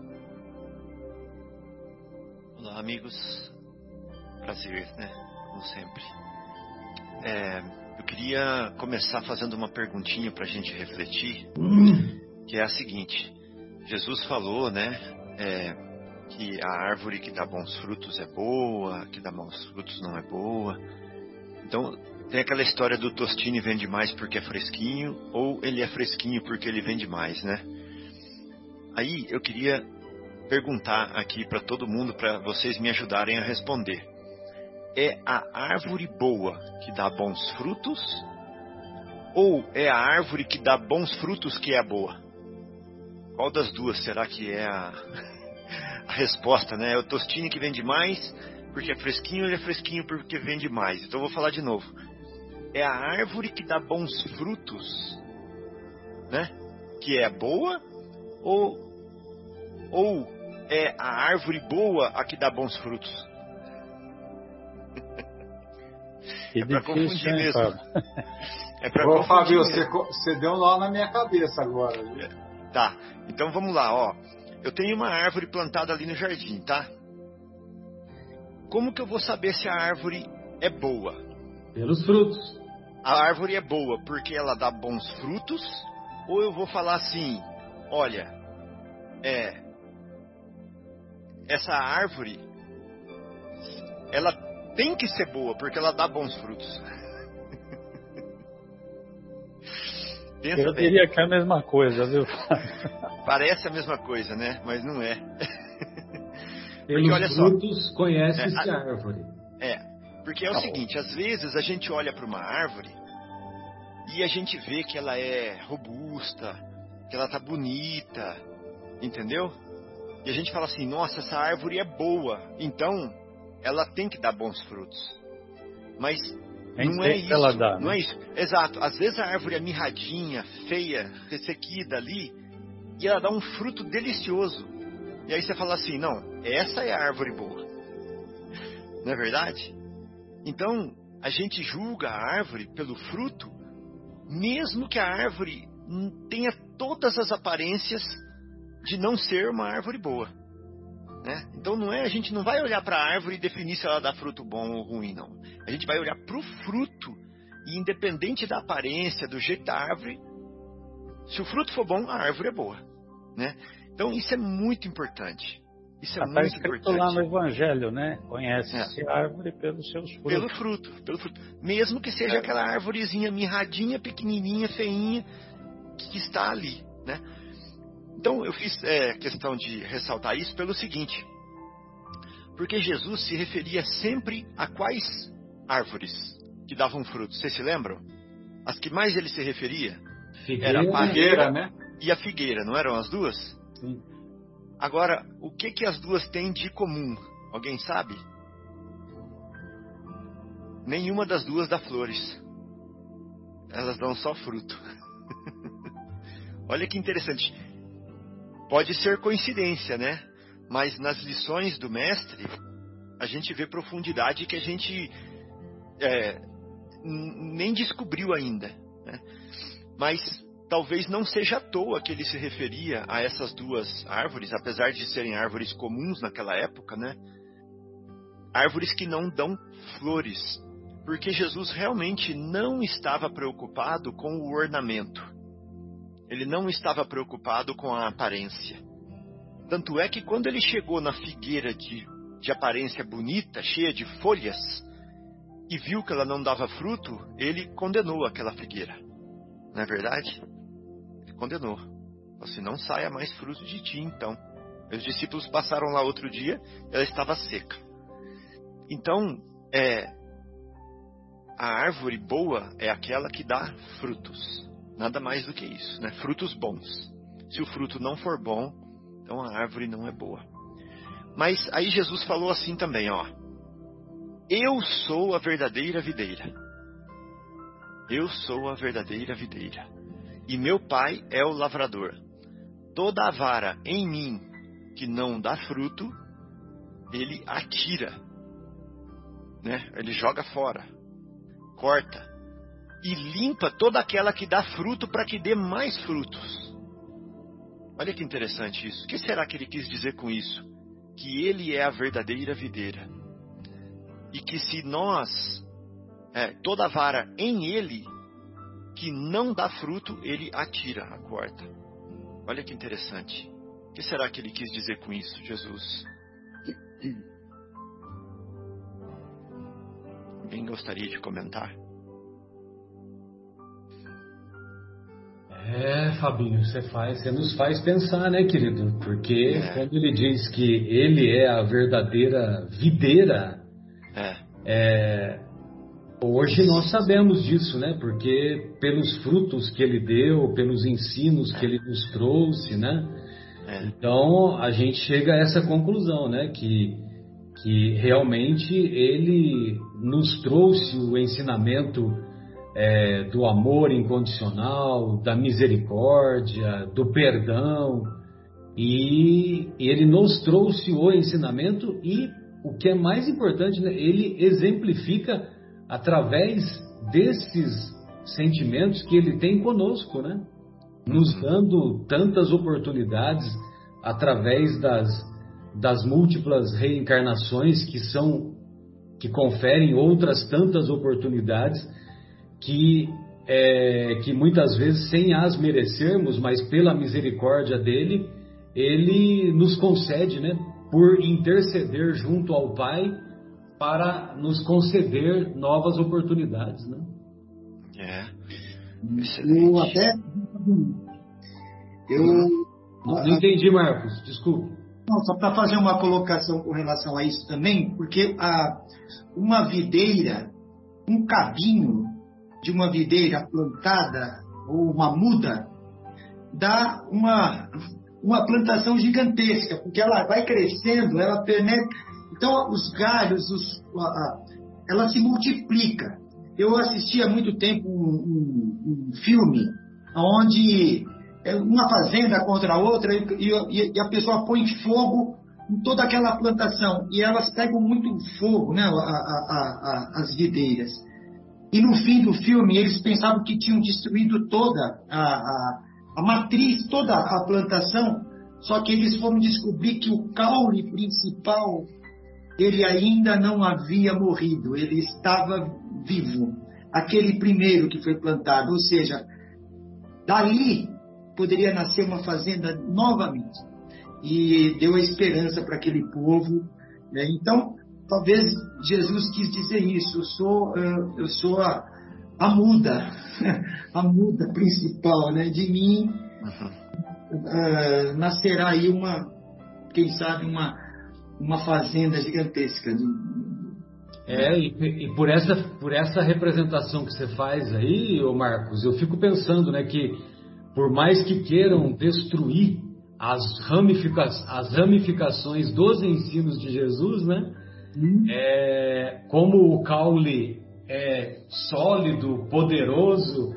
Olá, amigos. Prazer, né? Como sempre. É, eu queria começar fazendo uma perguntinha para a gente refletir, hum. que é a seguinte. Jesus falou, né, é, que a árvore que dá bons frutos é boa, que dá maus frutos não é boa. Então, tem aquela história do Tostini vende mais porque é fresquinho, ou ele é fresquinho porque ele vende mais, né? Aí eu queria perguntar aqui para todo mundo, para vocês me ajudarem a responder. É a árvore boa que dá bons frutos, ou é a árvore que dá bons frutos que é a boa? Qual das duas será que é a, a resposta, né? É o Tostini que vende mais porque é fresquinho, ou ele é fresquinho porque vende mais? Então eu vou falar de novo. É a árvore que dá bons frutos, né? Que é boa, ou, ou é a árvore boa a que dá bons frutos? É para confundir mesmo. É para confundir. Fábio, você, você deu um nó na minha cabeça agora. Viu? Tá, então vamos lá, ó. Eu tenho uma árvore plantada ali no jardim, tá? Como que eu vou saber se a árvore é boa? Pelos frutos. A árvore é boa porque ela dá bons frutos? Ou eu vou falar assim, olha, é, essa árvore, ela tem que ser boa porque ela dá bons frutos. Pensa eu bem. Diria que é a mesma coisa, viu? Parece a mesma coisa, né? Mas não é. Pelos porque, olha frutos só, conhece-se é, a árvore. É, porque é o tá seguinte, às vezes a gente olha para uma árvore e a gente vê que ela é robusta, que ela tá bonita, entendeu? E a gente fala assim, nossa, essa árvore é boa, então ela tem que dar bons frutos. Mas não é isso, ela dá, né? Não é isso. Exato, às vezes a árvore é mirradinha, feia, ressequida ali, e ela dá um fruto delicioso. E aí você fala assim, não, essa é a árvore boa. Não é verdade? Então, a gente julga a árvore pelo fruto, mesmo que a árvore tenha todas as aparências de não ser uma árvore boa. Né? Então, não é, a gente não vai olhar para a árvore e definir se ela dá fruto bom ou ruim, não. A gente vai olhar para o fruto e, independente da aparência, do jeito da árvore, se o fruto for bom, a árvore é boa. Né? Então, isso é muito importante. Isso é ah, muito tá importante. Lá no Evangelho, né? Conhece-se é. a árvore pelos seus frutos. Pelo fruto, pelo fruto. Mesmo que seja é. aquela árvorezinha mirradinha, pequenininha, feinha, que está ali, né? Então, eu fiz é, questão de ressaltar isso pelo seguinte. Porque Jesus se referia sempre a quais árvores que davam frutos? Vocês se lembram? As que mais ele se referia? Figueira, era a figueira, né? E a figueira, não eram as duas? Sim. Agora, o que que as duas têm de comum? Alguém sabe? Nenhuma das duas dá flores. Elas dão só fruto. Olha que interessante. Pode ser coincidência, né? Mas nas lições do mestre, a gente vê profundidade que a gente é, nem descobriu ainda. Né? Mas talvez não seja à toa que ele se referia a essas duas árvores, apesar de serem árvores comuns naquela época, né? Árvores que não dão flores, porque Jesus realmente não estava preocupado com o ornamento. Ele não estava preocupado com a aparência. Tanto é que quando ele chegou na figueira de, de aparência bonita, cheia de folhas, e viu que ela não dava fruto, ele condenou aquela figueira. Não é verdade? Condenou. Falou assim, não saia mais fruto de ti, então. Os discípulos passaram lá outro dia, ela estava seca. Então, é, a árvore boa é aquela que dá frutos. Nada mais do que isso, né? Frutos bons. Se o fruto não for bom, então a árvore não é boa. Mas aí Jesus falou assim também, ó. Eu sou a verdadeira videira. Eu sou a verdadeira videira. E meu pai é o lavrador. Toda a vara em mim que não dá fruto, ele atira. Né? Ele joga fora. Corta. E limpa toda aquela que dá fruto para que dê mais frutos. Olha que interessante isso. O que será que ele quis dizer com isso? Que ele é a verdadeira videira. E que se nós, é, toda vara em ele que não dá fruto, ele atira, a corta. Olha que interessante. O que será que ele quis dizer com isso, Jesus? Alguém gostaria de comentar? É, Fabinho, você faz, você nos faz pensar, né, querido? Porque é. quando ele diz que ele é a verdadeira videira, é. É, hoje nós sabemos disso, né? Porque pelos frutos que ele deu, pelos ensinos que ele nos trouxe, né? É. Então a gente chega a essa conclusão, né? Que, que realmente ele nos trouxe o ensinamento É, do amor incondicional, da misericórdia, do perdão, e ele nos trouxe o ensinamento e, o que é mais importante, né, ele exemplifica através desses sentimentos que Ele tem conosco, né? Nos dando tantas oportunidades através das, das múltiplas reencarnações que são, que conferem outras tantas oportunidades que, é, que muitas vezes sem as merecermos, mas pela misericórdia dele, Ele nos concede, né? Por interceder junto ao Pai para nos conceder novas oportunidades, né? É. Eu até. Eu. Não, não entendi, Marcos, desculpe. Não, só para fazer uma colocação com relação a isso também, porque a, uma videira, um cabinho de uma videira plantada, ou uma muda, dá uma, uma plantação gigantesca, porque ela vai crescendo, ela penetra. Então, os galhos, os, a, a, ela se multiplica. Eu assisti há muito tempo um, um, um filme onde uma fazenda contra a outra e, e, e a pessoa põe fogo em toda aquela plantação e elas pegam muito fogo, né, a, a, a, as videiras. E no fim do filme eles pensavam que tinham destruído toda a, a, a matriz, toda a plantação, só que eles foram descobrir que o caule principal ele ainda não havia morrido, ele estava vivo, aquele primeiro que foi plantado, ou seja, dali poderia nascer uma fazenda novamente, e deu a esperança para aquele povo, né? Então, talvez Jesus quis dizer isso, eu sou, eu sou a, a muda, a muda principal, né? De mim uhum. uh, nascerá aí uma, quem sabe, uma, uma fazenda gigantesca. De, É, e, e por, essa, por essa representação que você faz aí, ô Marcos, eu fico pensando, né, que por mais que queiram destruir as, ramifica, as ramificações dos ensinos de Jesus, né, hum. é, como o caule é sólido, poderoso,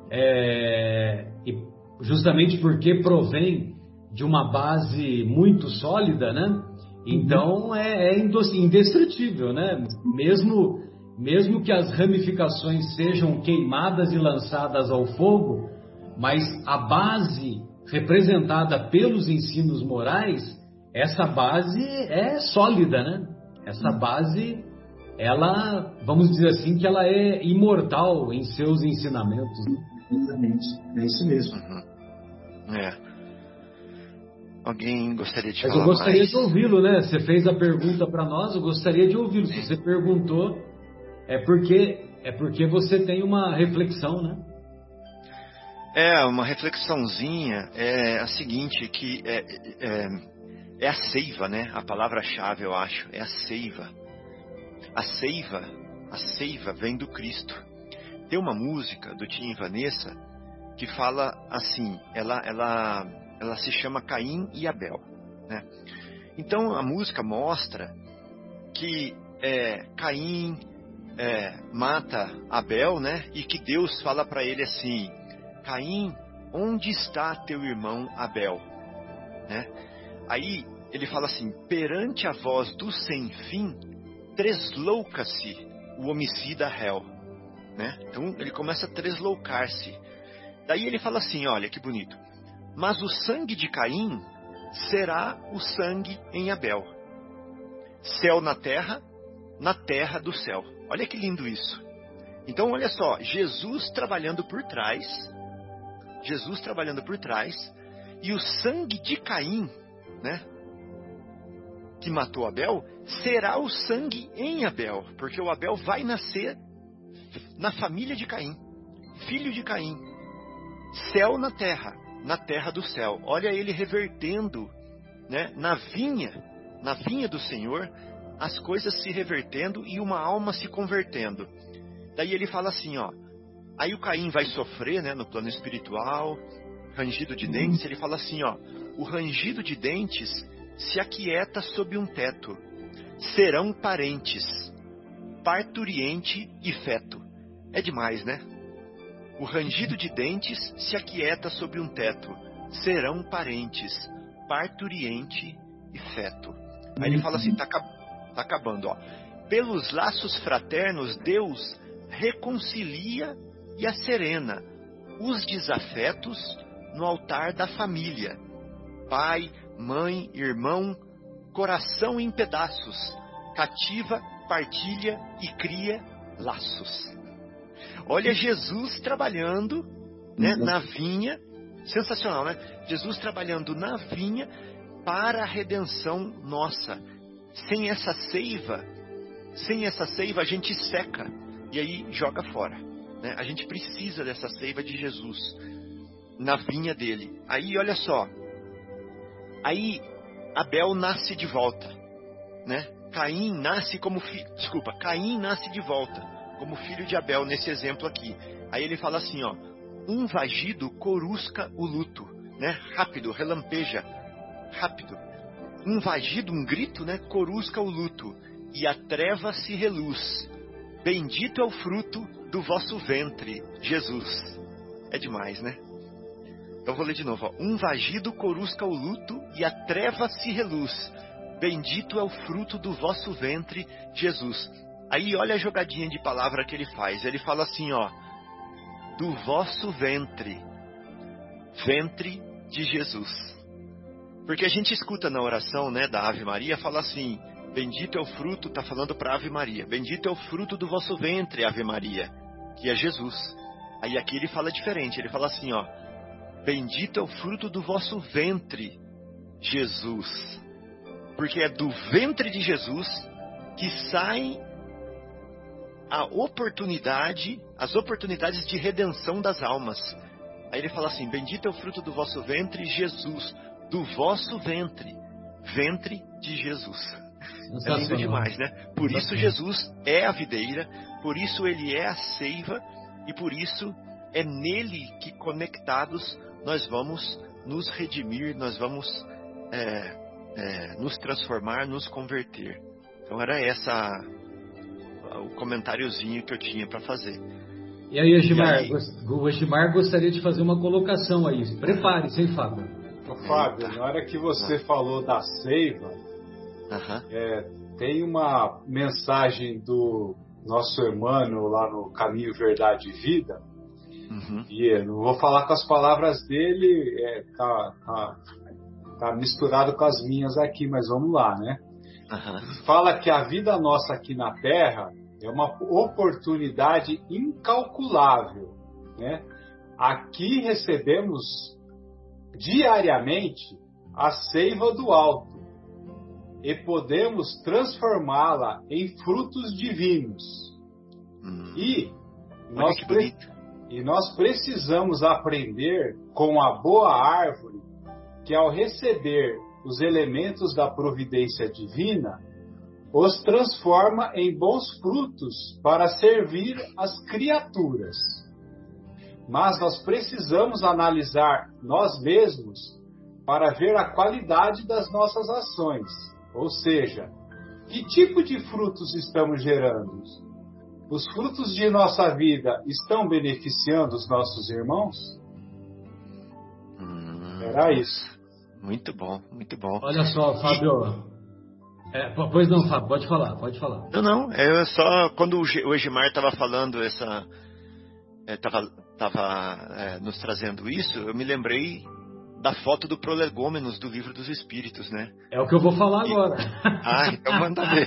é, e justamente porque provém de uma base muito sólida, né? Então é, é indestrutível, né? Mesmo, mesmo que as ramificações sejam queimadas e lançadas ao fogo, mas a base representada pelos ensinos morais, essa base é sólida, né? Essa base, ela, vamos dizer assim, que ela é imortal em seus ensinamentos. Exatamente, é isso mesmo. Uhum. É. Alguém gostaria de Mas falar eu gostaria mais? de ouvi-lo, né? Você fez a pergunta para nós, eu gostaria de ouvi-lo. Se você perguntou, é porque, é porque você tem uma reflexão, né? É, uma reflexãozinha é a seguinte, que é, é, é a seiva, né? A palavra-chave, eu acho, é a seiva. A seiva, a seiva vem do Cristo. Tem uma música do Tim e Vanessa que fala assim, ela... ela ela se chama Caim e Abel, né? Então a música mostra que é, Caim é, mata Abel, né? E que Deus fala para ele assim: Caim, onde está teu irmão Abel? Né? Aí ele fala assim: perante a voz do sem fim, treslouca-se o homicida réu, né? Então ele começa a tresloucar-se. Daí ele fala assim, olha que bonito: mas o sangue de Caim será o sangue em Abel. Céu na terra, na terra do céu. Olha que lindo isso. Então olha só, Jesus trabalhando por trás, Jesus trabalhando por trás, e o sangue de Caim, né, que matou Abel, será o sangue em Abel, porque o Abel vai nascer na família de Caim, filho de Caim. Céu na terra, na terra do céu. Olha ele revertendo, né, na vinha, na vinha do Senhor, as coisas se revertendo e uma alma se convertendo. Daí ele fala assim, ó, aí o Caim vai sofrer, né, no plano espiritual, rangido de dentes. Ele fala assim, ó, o rangido de dentes se aquieta sob um teto, serão parentes, parturiente e feto. É demais, né? O rangido de dentes se aquieta sobre um teto, serão parentes, parturiente e feto. Aí ele fala assim, tá, tá acabando, ó. pelos laços fraternos, Deus reconcilia e acerena os desafetos no altar da família. Pai, mãe, irmão, coração em pedaços, cativa, partilha e cria laços. Olha Jesus trabalhando, né, na vinha, sensacional, né? Jesus trabalhando na vinha para a redenção nossa. Sem essa seiva, sem essa seiva a gente seca e aí joga fora, né? A gente precisa dessa seiva de Jesus na vinha dele. Aí olha só, aí Abel nasce de volta, né? Caim nasce como filho, desculpa, Caim nasce de volta como filho de Abel nesse exemplo aqui. Aí ele fala assim, ó, um vagido corusca o luto, né? Rápido, relampeja, rápido. Um vagido, um grito, né? Corusca o luto, e a treva se reluz. Bendito é o fruto do vosso ventre, Jesus. É demais, né? Então vou ler de novo, ó. Um vagido corusca o luto, e a treva se reluz. Bendito é o fruto do vosso ventre, Jesus. Aí olha a jogadinha de palavra que ele faz. Ele fala assim, ó, do vosso ventre, ventre de Jesus. Porque a gente escuta na oração, né, da Ave Maria, fala assim, bendito é o fruto, tá falando para Ave Maria, bendito é o fruto do vosso ventre, Ave Maria, que é Jesus. Aí aqui ele fala diferente, ele fala assim, ó, bendito é o fruto do vosso ventre, Jesus. Porque é do ventre de Jesus que saem a oportunidade, as oportunidades de redenção das almas. Aí ele fala assim, bendito é o fruto do vosso ventre, Jesus, do vosso ventre, ventre de Jesus. É lindo demais, né? Por isso Jesus é a videira, por isso ele é a seiva, e por isso é nele que conectados nós vamos nos redimir, nós vamos é, é, nos transformar, nos converter. Então era essa o comentáriozinho que eu tinha para fazer. E aí, Egimar, e aí? O Egimar gostaria de fazer uma colocação aí. Prepare-se, hein, Fábio? Ô, Fábio, na hora que você ah. falou da seiva, uh-huh. é, tem uma mensagem do nosso irmão lá no Caminho, Verdade e Vida, uhum. e eu não vou falar com as palavras dele, é, tá, tá, tá misturado com as minhas aqui, mas vamos lá, né? Uhum. Fala que a vida nossa aqui na Terra é uma oportunidade incalculável, né? Aqui recebemos diariamente a seiva do alto e podemos transformá-la em frutos divinos. Hum. E, nós pre... e nós precisamos aprender com a boa árvore que, ao receber os elementos da providência divina, os transforma em bons frutos para servir as criaturas. Mas nós precisamos analisar nós mesmos para ver a qualidade das nossas ações. Ou seja, que tipo de frutos estamos gerando? Os frutos de nossa vida estão beneficiando os nossos irmãos? Hum, Era isso. Muito bom, muito bom. Olha só, Fábio. É, pois não, Fábio, pode falar, pode falar. Não, não, é só quando o Egimar estava falando essa... Estava é, tava, é, nos trazendo isso, eu me lembrei da foto do Prolegômenos do Livro dos Espíritos, né? É o que eu vou falar e... agora. Ah, então manda ver.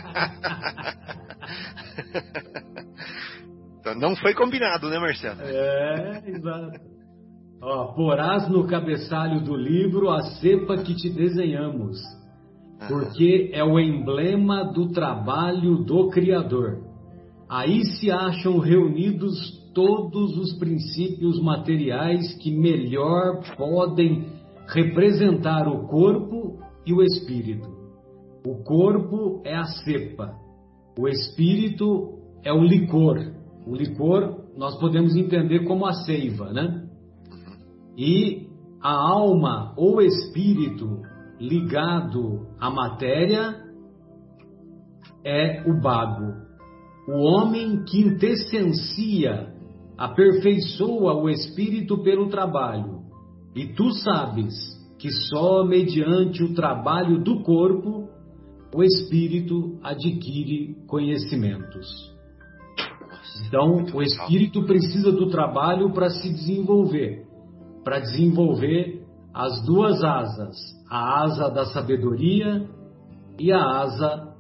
Então, não foi combinado, né, Marcelo? É, exato. Ó, porás no cabeçalho do livro a cepa que te desenhamos, porque é o emblema do trabalho do Criador. Aí se acham reunidos todos os princípios materiais que melhor podem representar o corpo e o espírito. O corpo é a cepa, o espírito é o licor. O licor nós podemos entender como a seiva, né? E a alma ou espírito ligado à matéria é o bago. O homem que intessencia, aperfeiçoa o espírito pelo trabalho. E tu sabes que só mediante o trabalho do corpo o espírito adquire conhecimentos. Então, o espírito precisa do trabalho para se desenvolver, para desenvolver as duas asas, a asa da sabedoria e a asa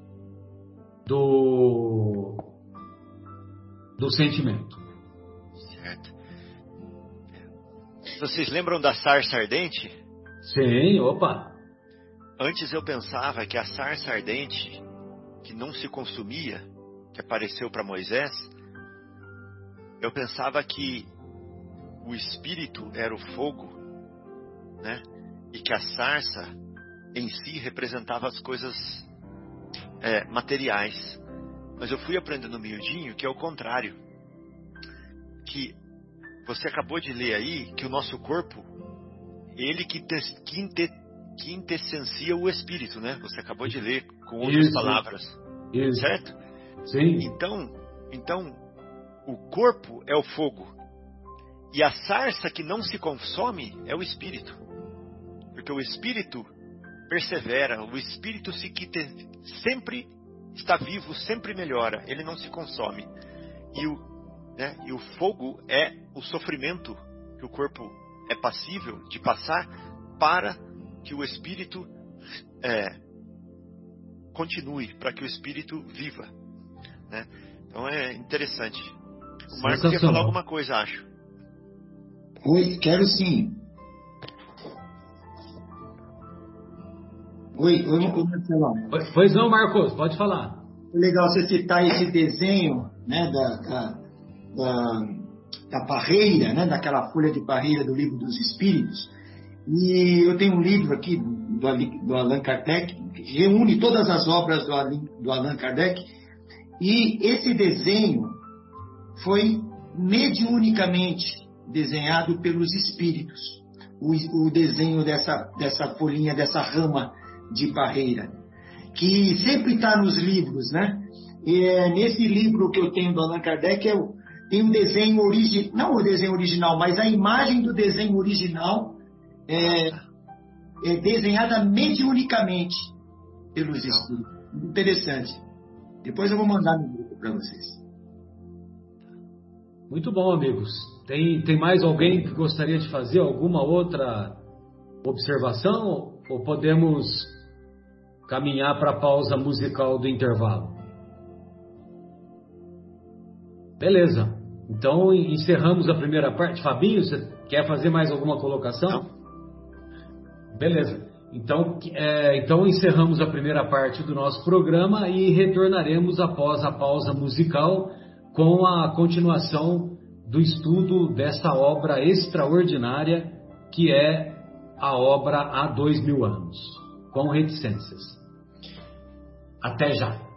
do, do sentimento. Certo. Vocês lembram da sarça ardente? Sim, opa. Antes eu pensava que a sarça ardente, que não se consumia, que apareceu para Moisés, eu pensava que o espírito era o fogo, né? E que a sarça em si representava as coisas é, materiais. Mas eu fui aprendendo miudinho que é o contrário. Que você acabou de ler aí que o nosso corpo, ele que quinte, quintessencia o espírito, né? Você acabou de ler com outras Isso. palavras. Isso. Certo? Sim. Então, então, o corpo é o fogo. E a sarça que não se consome é o espírito. Porque o espírito persevera, o espírito se quite, sempre está vivo, sempre melhora, ele não se consome. E o, né, e o fogo é o sofrimento que o corpo é passível de passar para que o espírito é, continue, para que o espírito viva. Né? Então é interessante. O Marcos quer falar alguma coisa, acho. Oi, quero sim. Oi, oi, oi, Marcelão. Pois não, Marcos, pode falar. Legal você citar esse desenho, né, da, da, da, da parreira, né, daquela folha de parreira do Livro dos Espíritos. E eu tenho um livro aqui do, do Allan Kardec, que reúne todas as obras do, do Allan Kardec. E esse desenho foi mediunicamente desenhado pelos espíritos. O, o desenho dessa, dessa folhinha, dessa rama de parreira, que sempre está nos livros, né? E é, nesse livro que eu tenho do Allan Kardec, eu, tem um desenho original, não o desenho original, mas a imagem do desenho original é, é desenhada mediunicamente pelos espíritos. Interessante. Depois eu vou mandar no grupo para vocês. Muito bom, amigos. Tem, tem mais alguém que gostaria de fazer alguma outra observação? Ou podemos caminhar para a pausa musical do intervalo? Beleza. Então encerramos a primeira parte. Fabinho, você quer fazer mais alguma colocação? Não. Beleza. Então, é, então encerramos a primeira parte do nosso programa e retornaremos após a pausa musical com a continuação do estudo dessa obra extraordinária que é a obra Há Dois Mil Anos, com reticências. Até já!